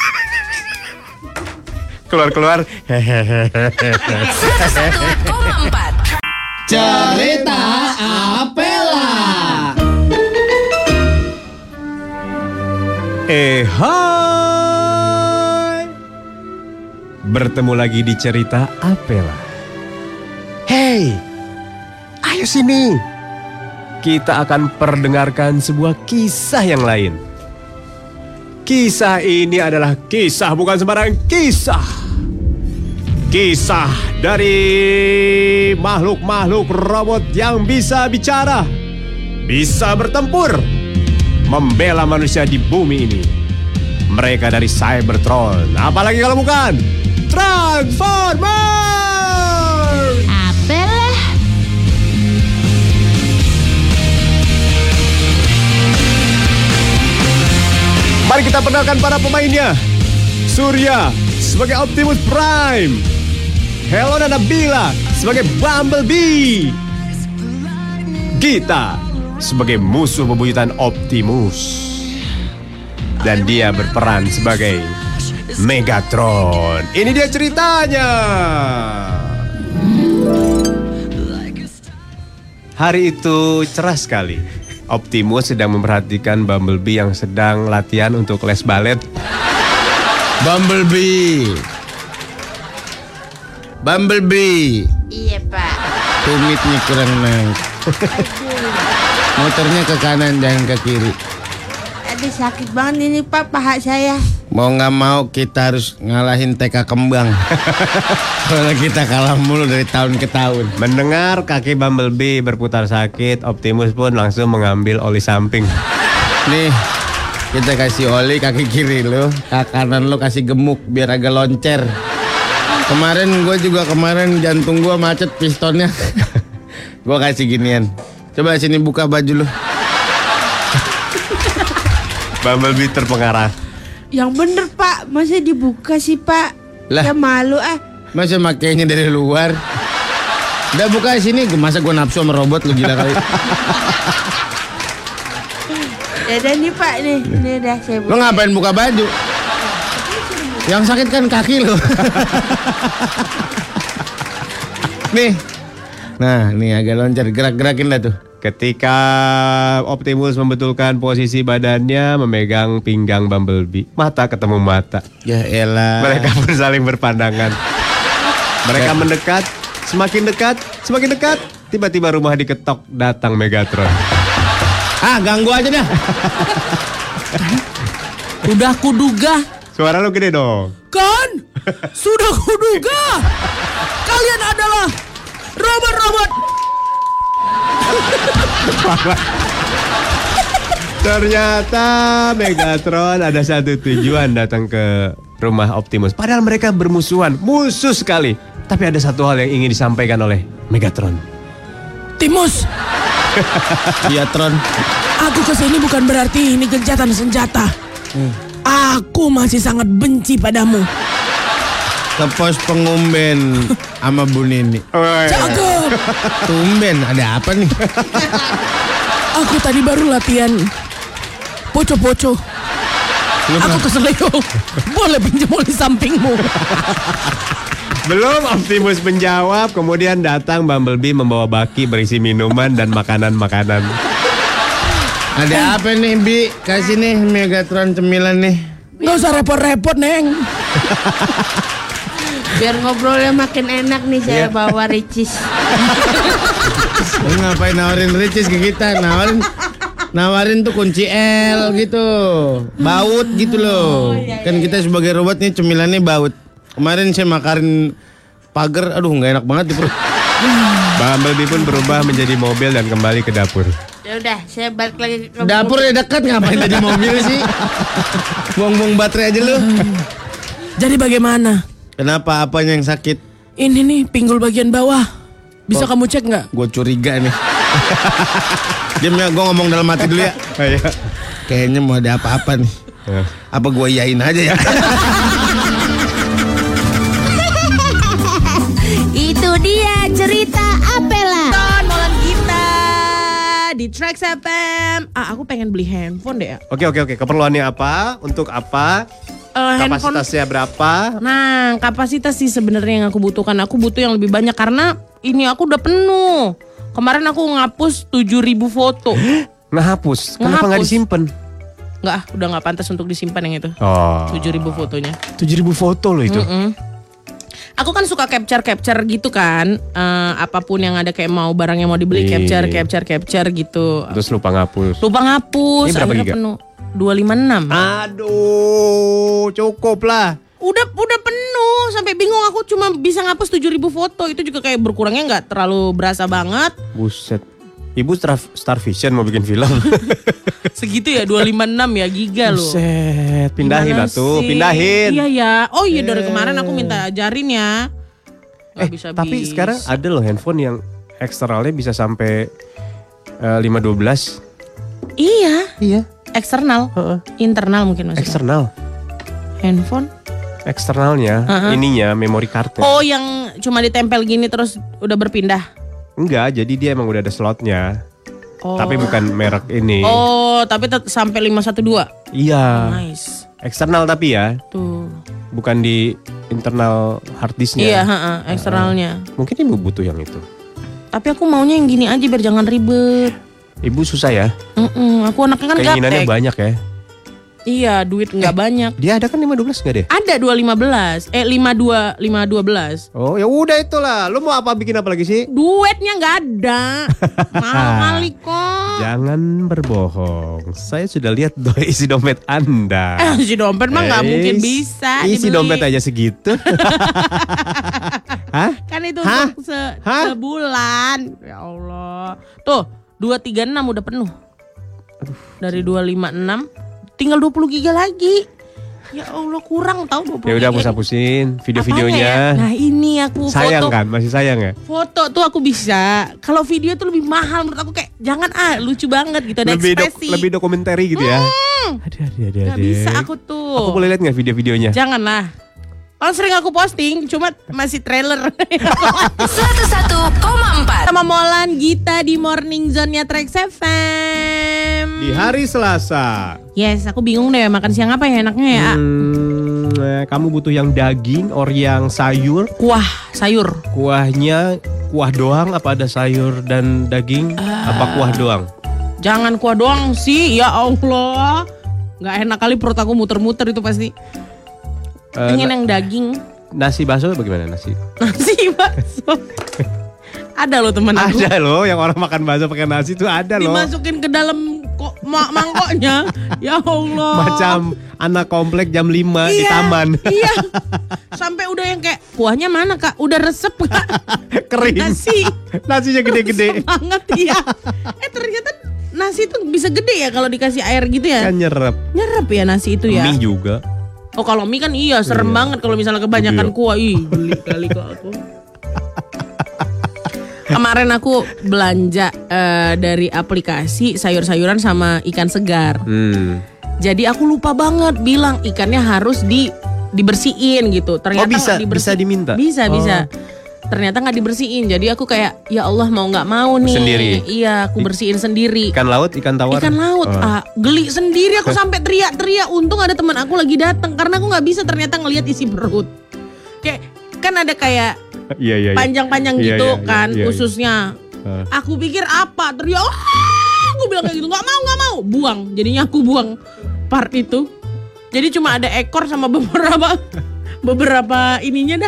Keluar-keluar. seratus satu koma empat. Cerita Apela. Eh hai. Bertemu lagi di cerita Apela. Hey, ayo sini. Kita akan perdengarkan sebuah kisah yang lain. Kisah ini adalah kisah bukan sembarang kisah. Kisah dari makhluk-makhluk robot yang bisa bicara, bisa bertempur, membela manusia di bumi ini. Mereka dari Cybertron. Apalagi kalau bukan Transformers. Apalah. Mari kita perkenalkan para pemainnya. Surya sebagai Optimus Prime. Helena Nabila sebagai Bumblebee. Gita sebagai musuh bebuyutan Optimus. Dan dia berperan sebagai Megatron. Ini dia ceritanya. Hari itu cerah sekali. Optimus sedang memperhatikan Bumblebee yang sedang latihan untuk les balet. Bumblebee. Bumblebee. Iya pak. Tumitnya kurang naik. Motornya ke kanan jangan ke kiri. Aduh sakit banget ini pak paha saya. Mau nggak mau kita harus ngalahin T K Kembang. Kalau kita kalah mulu dari tahun ke tahun. Mendengar kaki Bumblebee berputar sakit, Optimus pun langsung mengambil oli samping. Nih, kita kasih oli kaki kiri lo, kaki kanan lo kasih gemuk biar agak loncer. Kemarin gue juga kemarin jantung gue macet pistonnya. Gue kasih ginian. Coba sini buka baju lo. Bumblebee terpengaruh. Yang bener pak, masa dibuka sih pak? Lah. Ya malu ah. Masa makainya dari luar? Udah buka sini, masa gue nafsu sama robot lu gila kali. Ya udah nih pak nih, ini udah saya buka. Lo ngapain buka baju? Yang sakit kan kaki lo. Nih. Nah, nih agak loncat, gerak-gerakin dah tuh. Ketika Optimus membetulkan posisi badannya memegang pinggang Bumblebee, mata ketemu mata. Ya elah. Mereka pun saling berpandangan. Mereka mendekat, semakin dekat, semakin dekat. Tiba-tiba rumah diketok, datang Megatron. Ah, ganggu aja dah. Udah kuduga. Suara lu gede dong. Kan? Sudah kuduga. Kalian adalah robot-robot. Ternyata Megatron ada satu tujuan datang ke rumah Optimus. Padahal mereka bermusuhan, musuh sekali. Tapi ada satu hal yang ingin disampaikan oleh Megatron. Timus, Iya Tron. aku kesini bukan berarti ini gencatan senjata. Aku masih sangat benci padamu. Ke pos pengumben sama Bu Nini. Cakep. Tumben, ada apa nih? Aku tadi baru latihan poco-poco. Aku keselio. Boleh pinjam oli sampingmu. Belum Optimus menjawab, kemudian datang Bumblebee membawa baki berisi minuman dan makanan-makanan. Ada apa nih Bi? Kasih nih Megatron cemilan nih. Gak usah repot-repot, Neng. Biar ngobrolnya makin enak nih saya Iya. bawa Ricis. Lu ngapain nawarin ricis ke kita? Nawarin nawarin tuh kunci L gitu. Baut gitu loh. Kan kita sebagai robot nih cemilannya baut. Kemarin saya makarin pagar, aduh nggak enak banget di perut. Bang Bumblebee pun berubah menjadi mobil dan kembali ke dapur. Ya udah, saya balik lagi ke Dapur ya dekat, ngapain jadi mobil sih? Buang-buang baterai aja lu. Jadi bagaimana? Kenapa? Apanya yang sakit? Ini nih pinggul bagian bawah. Bisa kamu cek nggak? Gue curiga nih. Diam ya, gue ngomong dalam hati dulu ya. Kayaknya mau ada apa-apa nih. Apa gue iyain aja ya? Itu dia cerita Apela. Ton Molan kita di Trax F M. Ah, aku pengen beli handphone deh ya. Oke oke oke. Keperluannya apa? Untuk apa? Eh, handphone. Kapasitasnya berapa? Nah, kapasitas sih sebenarnya yang aku butuhkan. Aku butuh yang lebih banyak karena ini aku udah penuh. Kemarin aku ngapus tujuh ribu foto. Ngehapus. Kenapa nggak Ngehapus. disimpan? Nggak, ah, udah nggak pantas untuk disimpan yang itu. Oh. tujuh ribu fotonya. tujuh ribu foto loh itu. Mm-mm. Aku kan suka capture-capture gitu kan. Eh, apapun yang ada kayak mau barang yang mau dibeli Iya. capture, capture, capture gitu. Terus lupa ngapus. Lupa ngapus. Ini berapa akhirnya giga? penuh. dua ratus lima puluh enam. Aduh, cukup lah. Udah udah penuh sampai bingung aku cuma bisa ngapus tujuh ribu foto. Itu juga kayak berkurangnya nggak terlalu berasa banget. Buset. Ibu Star, Star Vision mau bikin film. Segitu ya dua ratus lima puluh enam ya giga loh. Buset, pindahin Gimana lah tuh, sih? pindahin. Iya ya. Oh iya dari kemarin aku minta ajarin ya. Nggak Eh, bisa tapi bis. sekarang ada loh handphone yang eksternalnya bisa sampai uh, lima dua belas. Iya, Iya, eksternal, heeh. internal mungkin maksudnya. Eksternal. Handphone. Eksternalnya, Heeh. ininya memori cardnya. Oh, yang cuma ditempel gini terus udah berpindah. Enggak, jadi dia emang udah ada slotnya. Oh. Tapi bukan merek ini. Oh, tapi tet- sampai lima satu dua. Iya. Nice. Eksternal tapi ya, Tuh. bukan di internal hard disknya. Iya, heeh, eksternalnya. Mungkin ibu butuh yang itu. Tapi aku maunya yang gini aja biar jangan ribet. Ibu susah ya, Mm-mm, aku anaknya kan keinginannya gaptek. banyak ya. Iya, duit nggak banyak. Dia ada kan lima dua belas nggak deh? Ada dua lima belas, eh lima dua lima dua belas. Oh ya udah itulah. Lu mau apa bikin apa lagi sih? Duitnya nggak ada. Mahal kali kok. Jangan berbohong. Saya sudah lihat do isi dompet Anda. Eh, si dompet mah nggak Eh, mungkin bisa Isi dibeli. dompet aja segitu. Hah? Kan itu Hah? untuk se- Hah? sebulan. Ya Allah. Tuh, dua tiga enam udah penuh. Dari dua lima enam tinggal dua puluh giga lagi. Ya Allah, kurang tahu dua puluh Ya udah giga. hapus-hapusin Apanya video-videonya. ya? Nah, ini aku Sayang foto. kan? Masih sayang ya? Foto tuh aku bisa. Kalau video tuh lebih mahal menurut aku, kayak jangan ah lucu banget gitu, ada Lebih dok- ekspresi. lebih dokumenter gitu ya. Hmm, Aduh, aduh, aduh, Gak aduh. bisa aku tuh. Aku boleh lihat nggak video-videonya? Janganlah. Kalau sering aku posting, cuma masih trailer. seratus satu koma empat. Sama Molan Gita di Morning Zone-nya Trax F M. Di hari Selasa. Yes, aku bingung deh makan siang apa ya enaknya ya. Hmm, eh, kamu butuh yang daging or yang sayur? Kuah sayur. Kuahnya kuah doang apa ada sayur dan daging? Apa kuah doang? Jangan kuah doang sih, ya Allah. Nggak enak kali perut aku muter-muter itu pasti. Eh, Pengen na- yang daging. nasi bakso bagaimana nasi? Nasi bakso. Ada loh teman aku. Ada loh yang orang makan bakso pakai nasi itu ada loh. Dimasukin ke dalam kok ma- mangkoknya. Ya Allah. Macam anak komplek jam lima di Iya, taman. Iya. Sampai udah yang kayak kuahnya mana Kak? Udah resep Kak? Kering. Nasi. Nasinya gede-gede. Resep banget ya. Eh ternyata nasi itu bisa gede ya kalau dikasih air gitu ya. Kan nyerap. Nyerep ya nasi itu ya. Mie juga. Oh kalau mie kan iya serem Iya. banget kalau misalnya kebanyakan Iya. kuah. Ih geli kali kok aku. Kemarin aku belanja eh, dari aplikasi sayur-sayuran sama ikan segar. Hmm. Jadi aku lupa banget bilang ikannya harus di dibersihin gitu. Ternyata Oh, bisa, nggak dibersi- bisa diminta? Bisa Oh. bisa. Ternyata nggak dibersihin. Jadi aku kayak ya Allah mau nggak mau nih. Sendiri? Iya aku bersihin sendiri. Ikan laut, ikan tawar. Ikan laut, Oh. ah, geli sendiri aku sampai teriak-teriak. Untung ada teman aku lagi datang karena aku nggak bisa ternyata ngelihat isi perut. Kayak kan ada kayak Iya, iya, iya. panjang-panjang Iya, gitu iya, iya, kan iya, iya. ususnya. Ah. Aku pikir apa? Teriak, "Ah!" aku bilang kayak gitu, nggak mau nggak mau, buang. Jadinya aku buang part itu. Jadi cuma ada ekor sama beberapa beberapa ininya dah.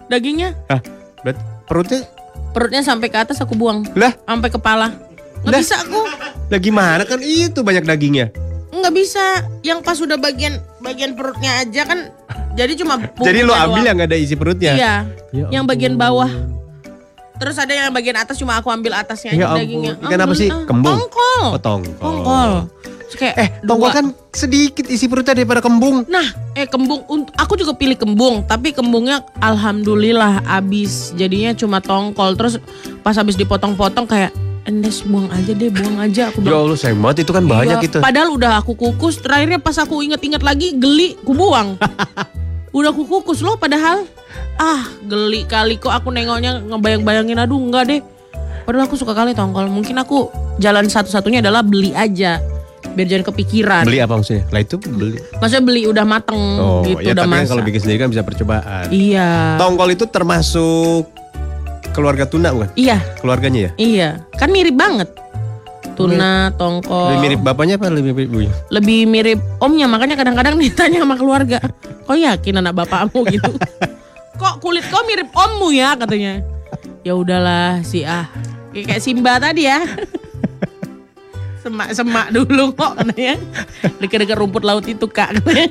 dagingnya. Hah, berarti perutnya? Perutnya sampai ke atas aku buang. Lah, Sampai kepala. Nggak Lah. bisa aku. lah gimana kan itu banyak dagingnya. Nggak bisa. Yang pas udah bagian bagian perutnya aja kan. Jadi cuma Jadi lo punggungnya ambil doang. yang ada isi perutnya. Iya. Ya Yang bagian bawah. Terus ada yang bagian atas cuma aku ambil atasnya Ya aja ampun. dagingnya. Ikan apa sih? ah, Kembung? Tongkol. Oh, tongkol. Tongkol. Terus kayak Eh, tongkol dua. kan sedikit isi perutnya daripada kembung. Nah, eh kembung, unt- aku juga pilih kembung, tapi kembungnya alhamdulillah abis, jadinya cuma tongkol. Terus pas habis dipotong-potong kayak, endes buang aja deh, buang aja. Aku Ya bilang, Allah sayang banget itu kan banyak "Iya." itu. Padahal udah aku kukus, terakhirnya pas aku inget-inget lagi geli, ku buang. Udah aku kukus loh padahal. Ah, geli kali kok aku nengoknya ngebayang-bayangin, aduh enggak deh. Padahal aku suka kali tongkol, mungkin aku jalan satu-satunya adalah beli aja. Biar jangan kepikiran. Beli apa maksudnya? Lah itu beli. Maksudnya beli udah mateng Oh, gitu, ya udah tapi kan masak. kalau bikin sendiri kan bisa percobaan. Iya. Tongkol itu termasuk keluarga tuna bukan? Iya, Keluarganya ya? iya. Kan mirip banget. Tuna, tongkol. Lebih mirip bapaknya apa lebih mirip ibunya? Lebih mirip omnya, makanya kadang-kadang ditanya sama keluarga. Kok yakin anak bapakmu gitu? Kok kulit kau mirip ommu ya katanya. Ya udahlah si ah. Kayak Simba tadi ya. Semak-semak dulu kok katanya. Dekat-dekat rumput laut itu kak katanya.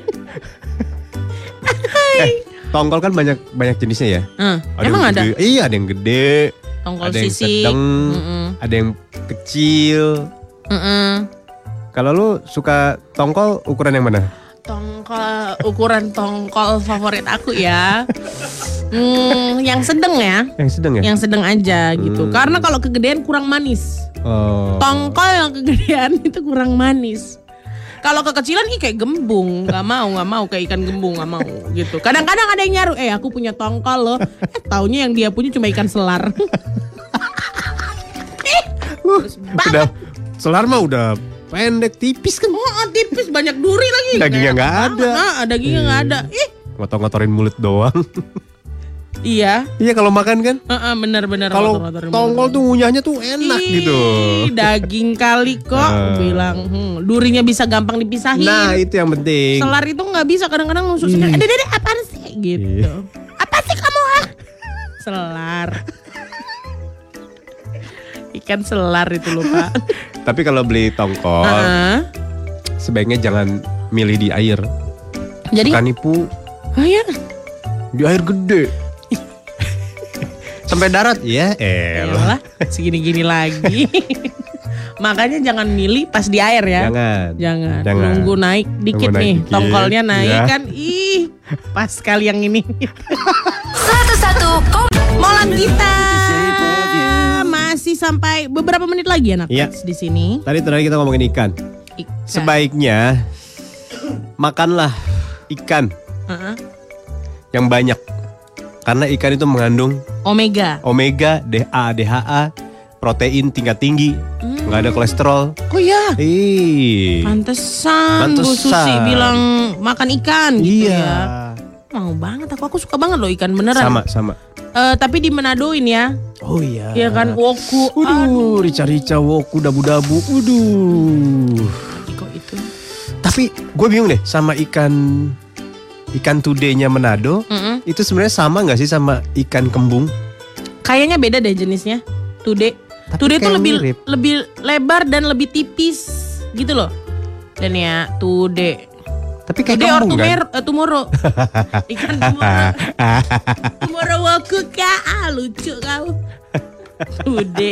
Eh, tongkol kan banyak banyak jenisnya ya. Eh, Ada emang yang ada? gede- Iya, ada yang gede. Tongkol ada yang sisik. sedang, Mm-mm. ada yang kecil. Mm-mm. Kalau lu suka tongkol ukuran yang mana? Tongkol, ukuran tongkol favorit aku ya. Hmm, yang sedang ya. Yang sedang ya? Yang sedang aja gitu. Hmm. Karena kalau kegedean kurang manis. Oh. Tongkol yang kegedean itu kurang manis. Kalau kekecilan ih kayak gembung, nggak mau nggak mau kayak ikan gembung nggak mau gitu. Kadang-kadang ada yang nyaru, eh aku punya tongkol loh. Eh taunya yang dia punya cuma ikan selar. Udah selar mah udah pendek tipis kan. Oh tipis banyak duri lagi. Dagingnya Enak nggak banget. ada. Nah, dagingnya nggak ada. Ih, Ngotor-ngotorin mulut doang. iya. Iya kalau makan kan. Heeh, benar-benar. Kalau ngotor-ngotorin tongkol mulut. tuh ngunyahnya tuh enak Ih, gitu. Daging kali kok Ah. bilang, hmm, durinya bisa gampang dipisahin. Nah itu yang penting. Selar itu nggak bisa kadang-kadang nusuk sendiri. Eh, dede, apaan sih gitu? Iya. Apa sih kamu? ah? Selar. Ikan selar itu loh Pak. Tapi kalau beli tongkol Heeh. sebaiknya jangan milih di air. Jadi, Suka nipu oh ya, di air gede. Sampai darat ya elah. elah, segini-gini lagi. Makanya jangan milih pas di air ya. Jangan. Jangan. Jangan. Nunggu naik dikit Nunggu naik nih. dikit. Tongkolnya naik Iya. kan. Ih, pas kali yang ini. seratus satu koma Molan kita masih sampai beberapa menit lagi anak Iya. di sini. Tadi terakhir kita ngomongin ikan. Ikan. Sebaiknya makanlah ikan Heeh. yang banyak. Karena ikan itu mengandung Omega. omega, D H A, D H A, protein tingkat tinggi, nggak ada kolesterol. Oh ya. Ih. Pantesan Bu Pantesan. Susi bilang makan ikan gitu Iya. ya. Mau banget aku, aku suka banget loh ikan beneran. Sama sama. Eh, tapi di Manadoin ya. Oh iya. Iya kan woku. Waduh, rica-rica, woku, dabu-dabu. Waduh. Aduh, kok itu. Tapi gue bingung deh sama ikan ikan tudenya Manado. Mm-mm. Itu sebenarnya sama nggak sih sama ikan kembung? Kayaknya beda deh jenisnya. Tude. Tapi Tude itu kayak lebih mirip. lebih lebar dan lebih tipis gitu loh. Dan ya tude. Tapi kayak Tude or kembung kan? tumer, eh, tumoro. Ikan tumoro. Tumoro woku kak. Ah, lucu kau. Tude.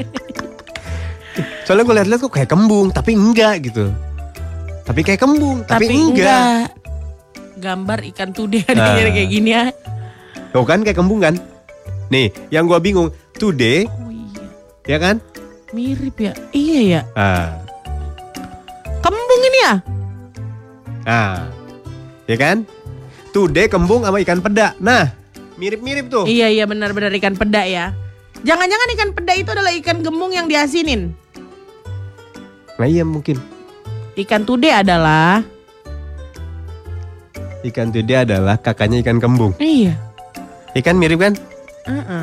Soalnya gue liat-liat kok kayak kembung, tapi enggak gitu. Tapi kayak kembung, tapi, enggak. Gambar ikan tude ada Nah. yang kayak gini ya. Tuh kan kayak kembung kan? Nih, yang gue bingung, tude, Oh iya. ya kan? Mirip ya. Iya ya. Ah, Kembung ini ya? ah, ya kan? Tude, kembung sama ikan peda. Nah, mirip-mirip tuh. Iya iya benar-benar ikan peda ya. Jangan-jangan ikan peda itu adalah ikan gembung yang diasinin. Nah iya mungkin. Ikan tude adalah Ikan tude adalah kakaknya ikan kembung. iya. Ikan mirip kan? Uh-uh.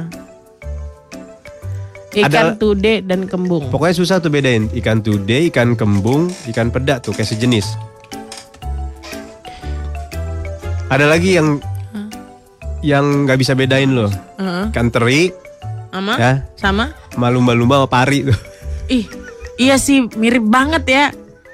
Ikan Ada- tude dan kembung. Pokoknya susah tuh bedain. Ikan tude, ikan kembung, ikan peda tuh kayak sejenis. Ada lagi yang yang nggak bisa bedain loh. Heeh. Ikan teri, Sama? ya, Sama? sama lumba-lumba sama pari tuh. Ih, iya sih mirip banget ya.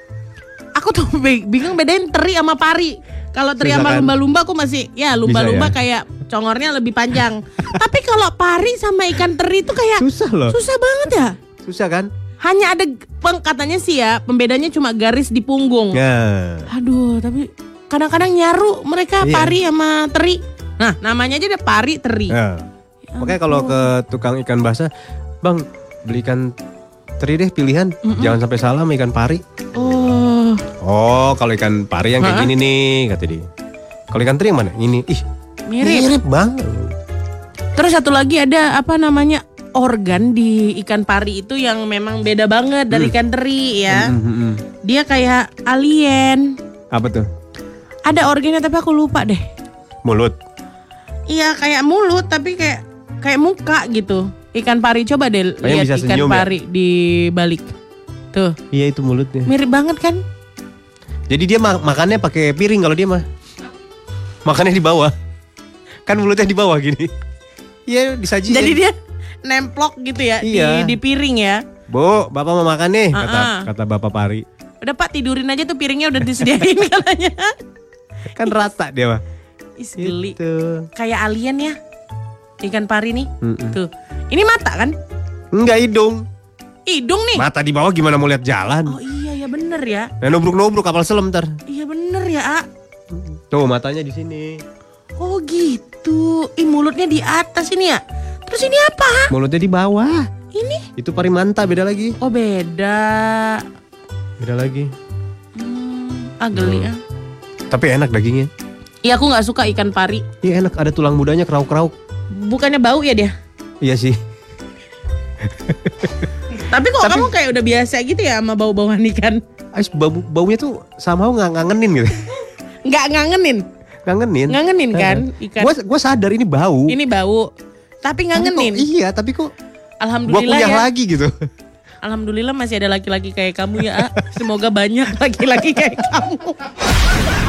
Aku tuh be- bingung bedain teri sama pari. Kalau teri Susah sama kan? lumba-lumba aku masih, ya lumba-lumba Bisa ya? kayak congornya lebih panjang. Tapi kalau pari sama ikan teri itu kayak Susah loh. susah banget ya. Susah kan? Hanya ada peng, katanya sih ya, pembedanya cuma garis di punggung. Nah, Aduh, tapi kadang-kadang nyaru mereka Iya. pari sama teri. Nah, namanya aja udah pari teri. nah. Makanya kalau ke tukang ikan basah, bang beli ikan teri deh pilihan, jangan sampai salah sama ikan pari. Oh, Oh, kalau ikan pari yang kayak Ha-ha. gini nih, kata dia. Kalau ikan teri yang mana? Ini, ih, mirip. mirip banget. Terus satu lagi ada apa namanya organ di ikan pari itu yang memang beda banget dari ikan teri ya. Hmm, hmm, hmm. Dia kayak alien. Apa tuh? Ada organnya tapi aku lupa deh. Mulut. Iya kayak mulut tapi kayak kayak muka gitu. Ikan pari coba deh Kayaknya lihat bisa ikan senyum ya? pari di balik. Tuh, Iya itu mulutnya. mirip banget kan? Jadi dia ma- makannya pakai piring kalau dia mah. Makannya di bawah. Kan mulutnya di bawah gini. Iya disajiin. Jadi dia nemplok gitu ya Iya. di, di piring ya. Bu, bapak mau makan nih, kata Ah-ah. kata bapak pari. Udah Pak tidurin aja tuh piringnya udah disediain katanya. Kan rata dia mah. Is geli. Gitu. Kayak alien ya. Ikan pari nih. Mm-mm. Tuh. Ini mata kan? Enggak hidung. Hidung nih. Mata di bawah gimana mau lihat jalan? Oh iya ya bener ya. Nah, nubruk-nubruk kapal selam ntar. Iya bener ya, A. Tuh matanya di sini. Oh gitu. Ih mulutnya di atas ini ya. Terus ini apa? A? Mulutnya di bawah. Ini? Itu parimanta beda lagi. Oh beda. Beda lagi. Hmm, ah geli ah. Tapi enak dagingnya. Iya aku nggak suka ikan pari. Iya enak, ada tulang mudanya krauk-krauk. Bukannya bau ya dia? Iya sih. Tapi kok Tapi- kamu kayak udah biasa gitu ya sama bau-bauan ikan? Ais bau baunya tuh sama nggak ngangenin gitu. Nggak ngangenin. Ngangenin. Ngangenin kan ikan. Gue gue sadar ini bau. Ini bau. Tapi Tapi kok- ngangenin. iya, tapi kok gue Alhamdulillah kunyah ya. lagi gitu. Alhamdulillah masih ada laki-laki kayak kamu ya. A. Semoga banyak laki-laki kayak kamu.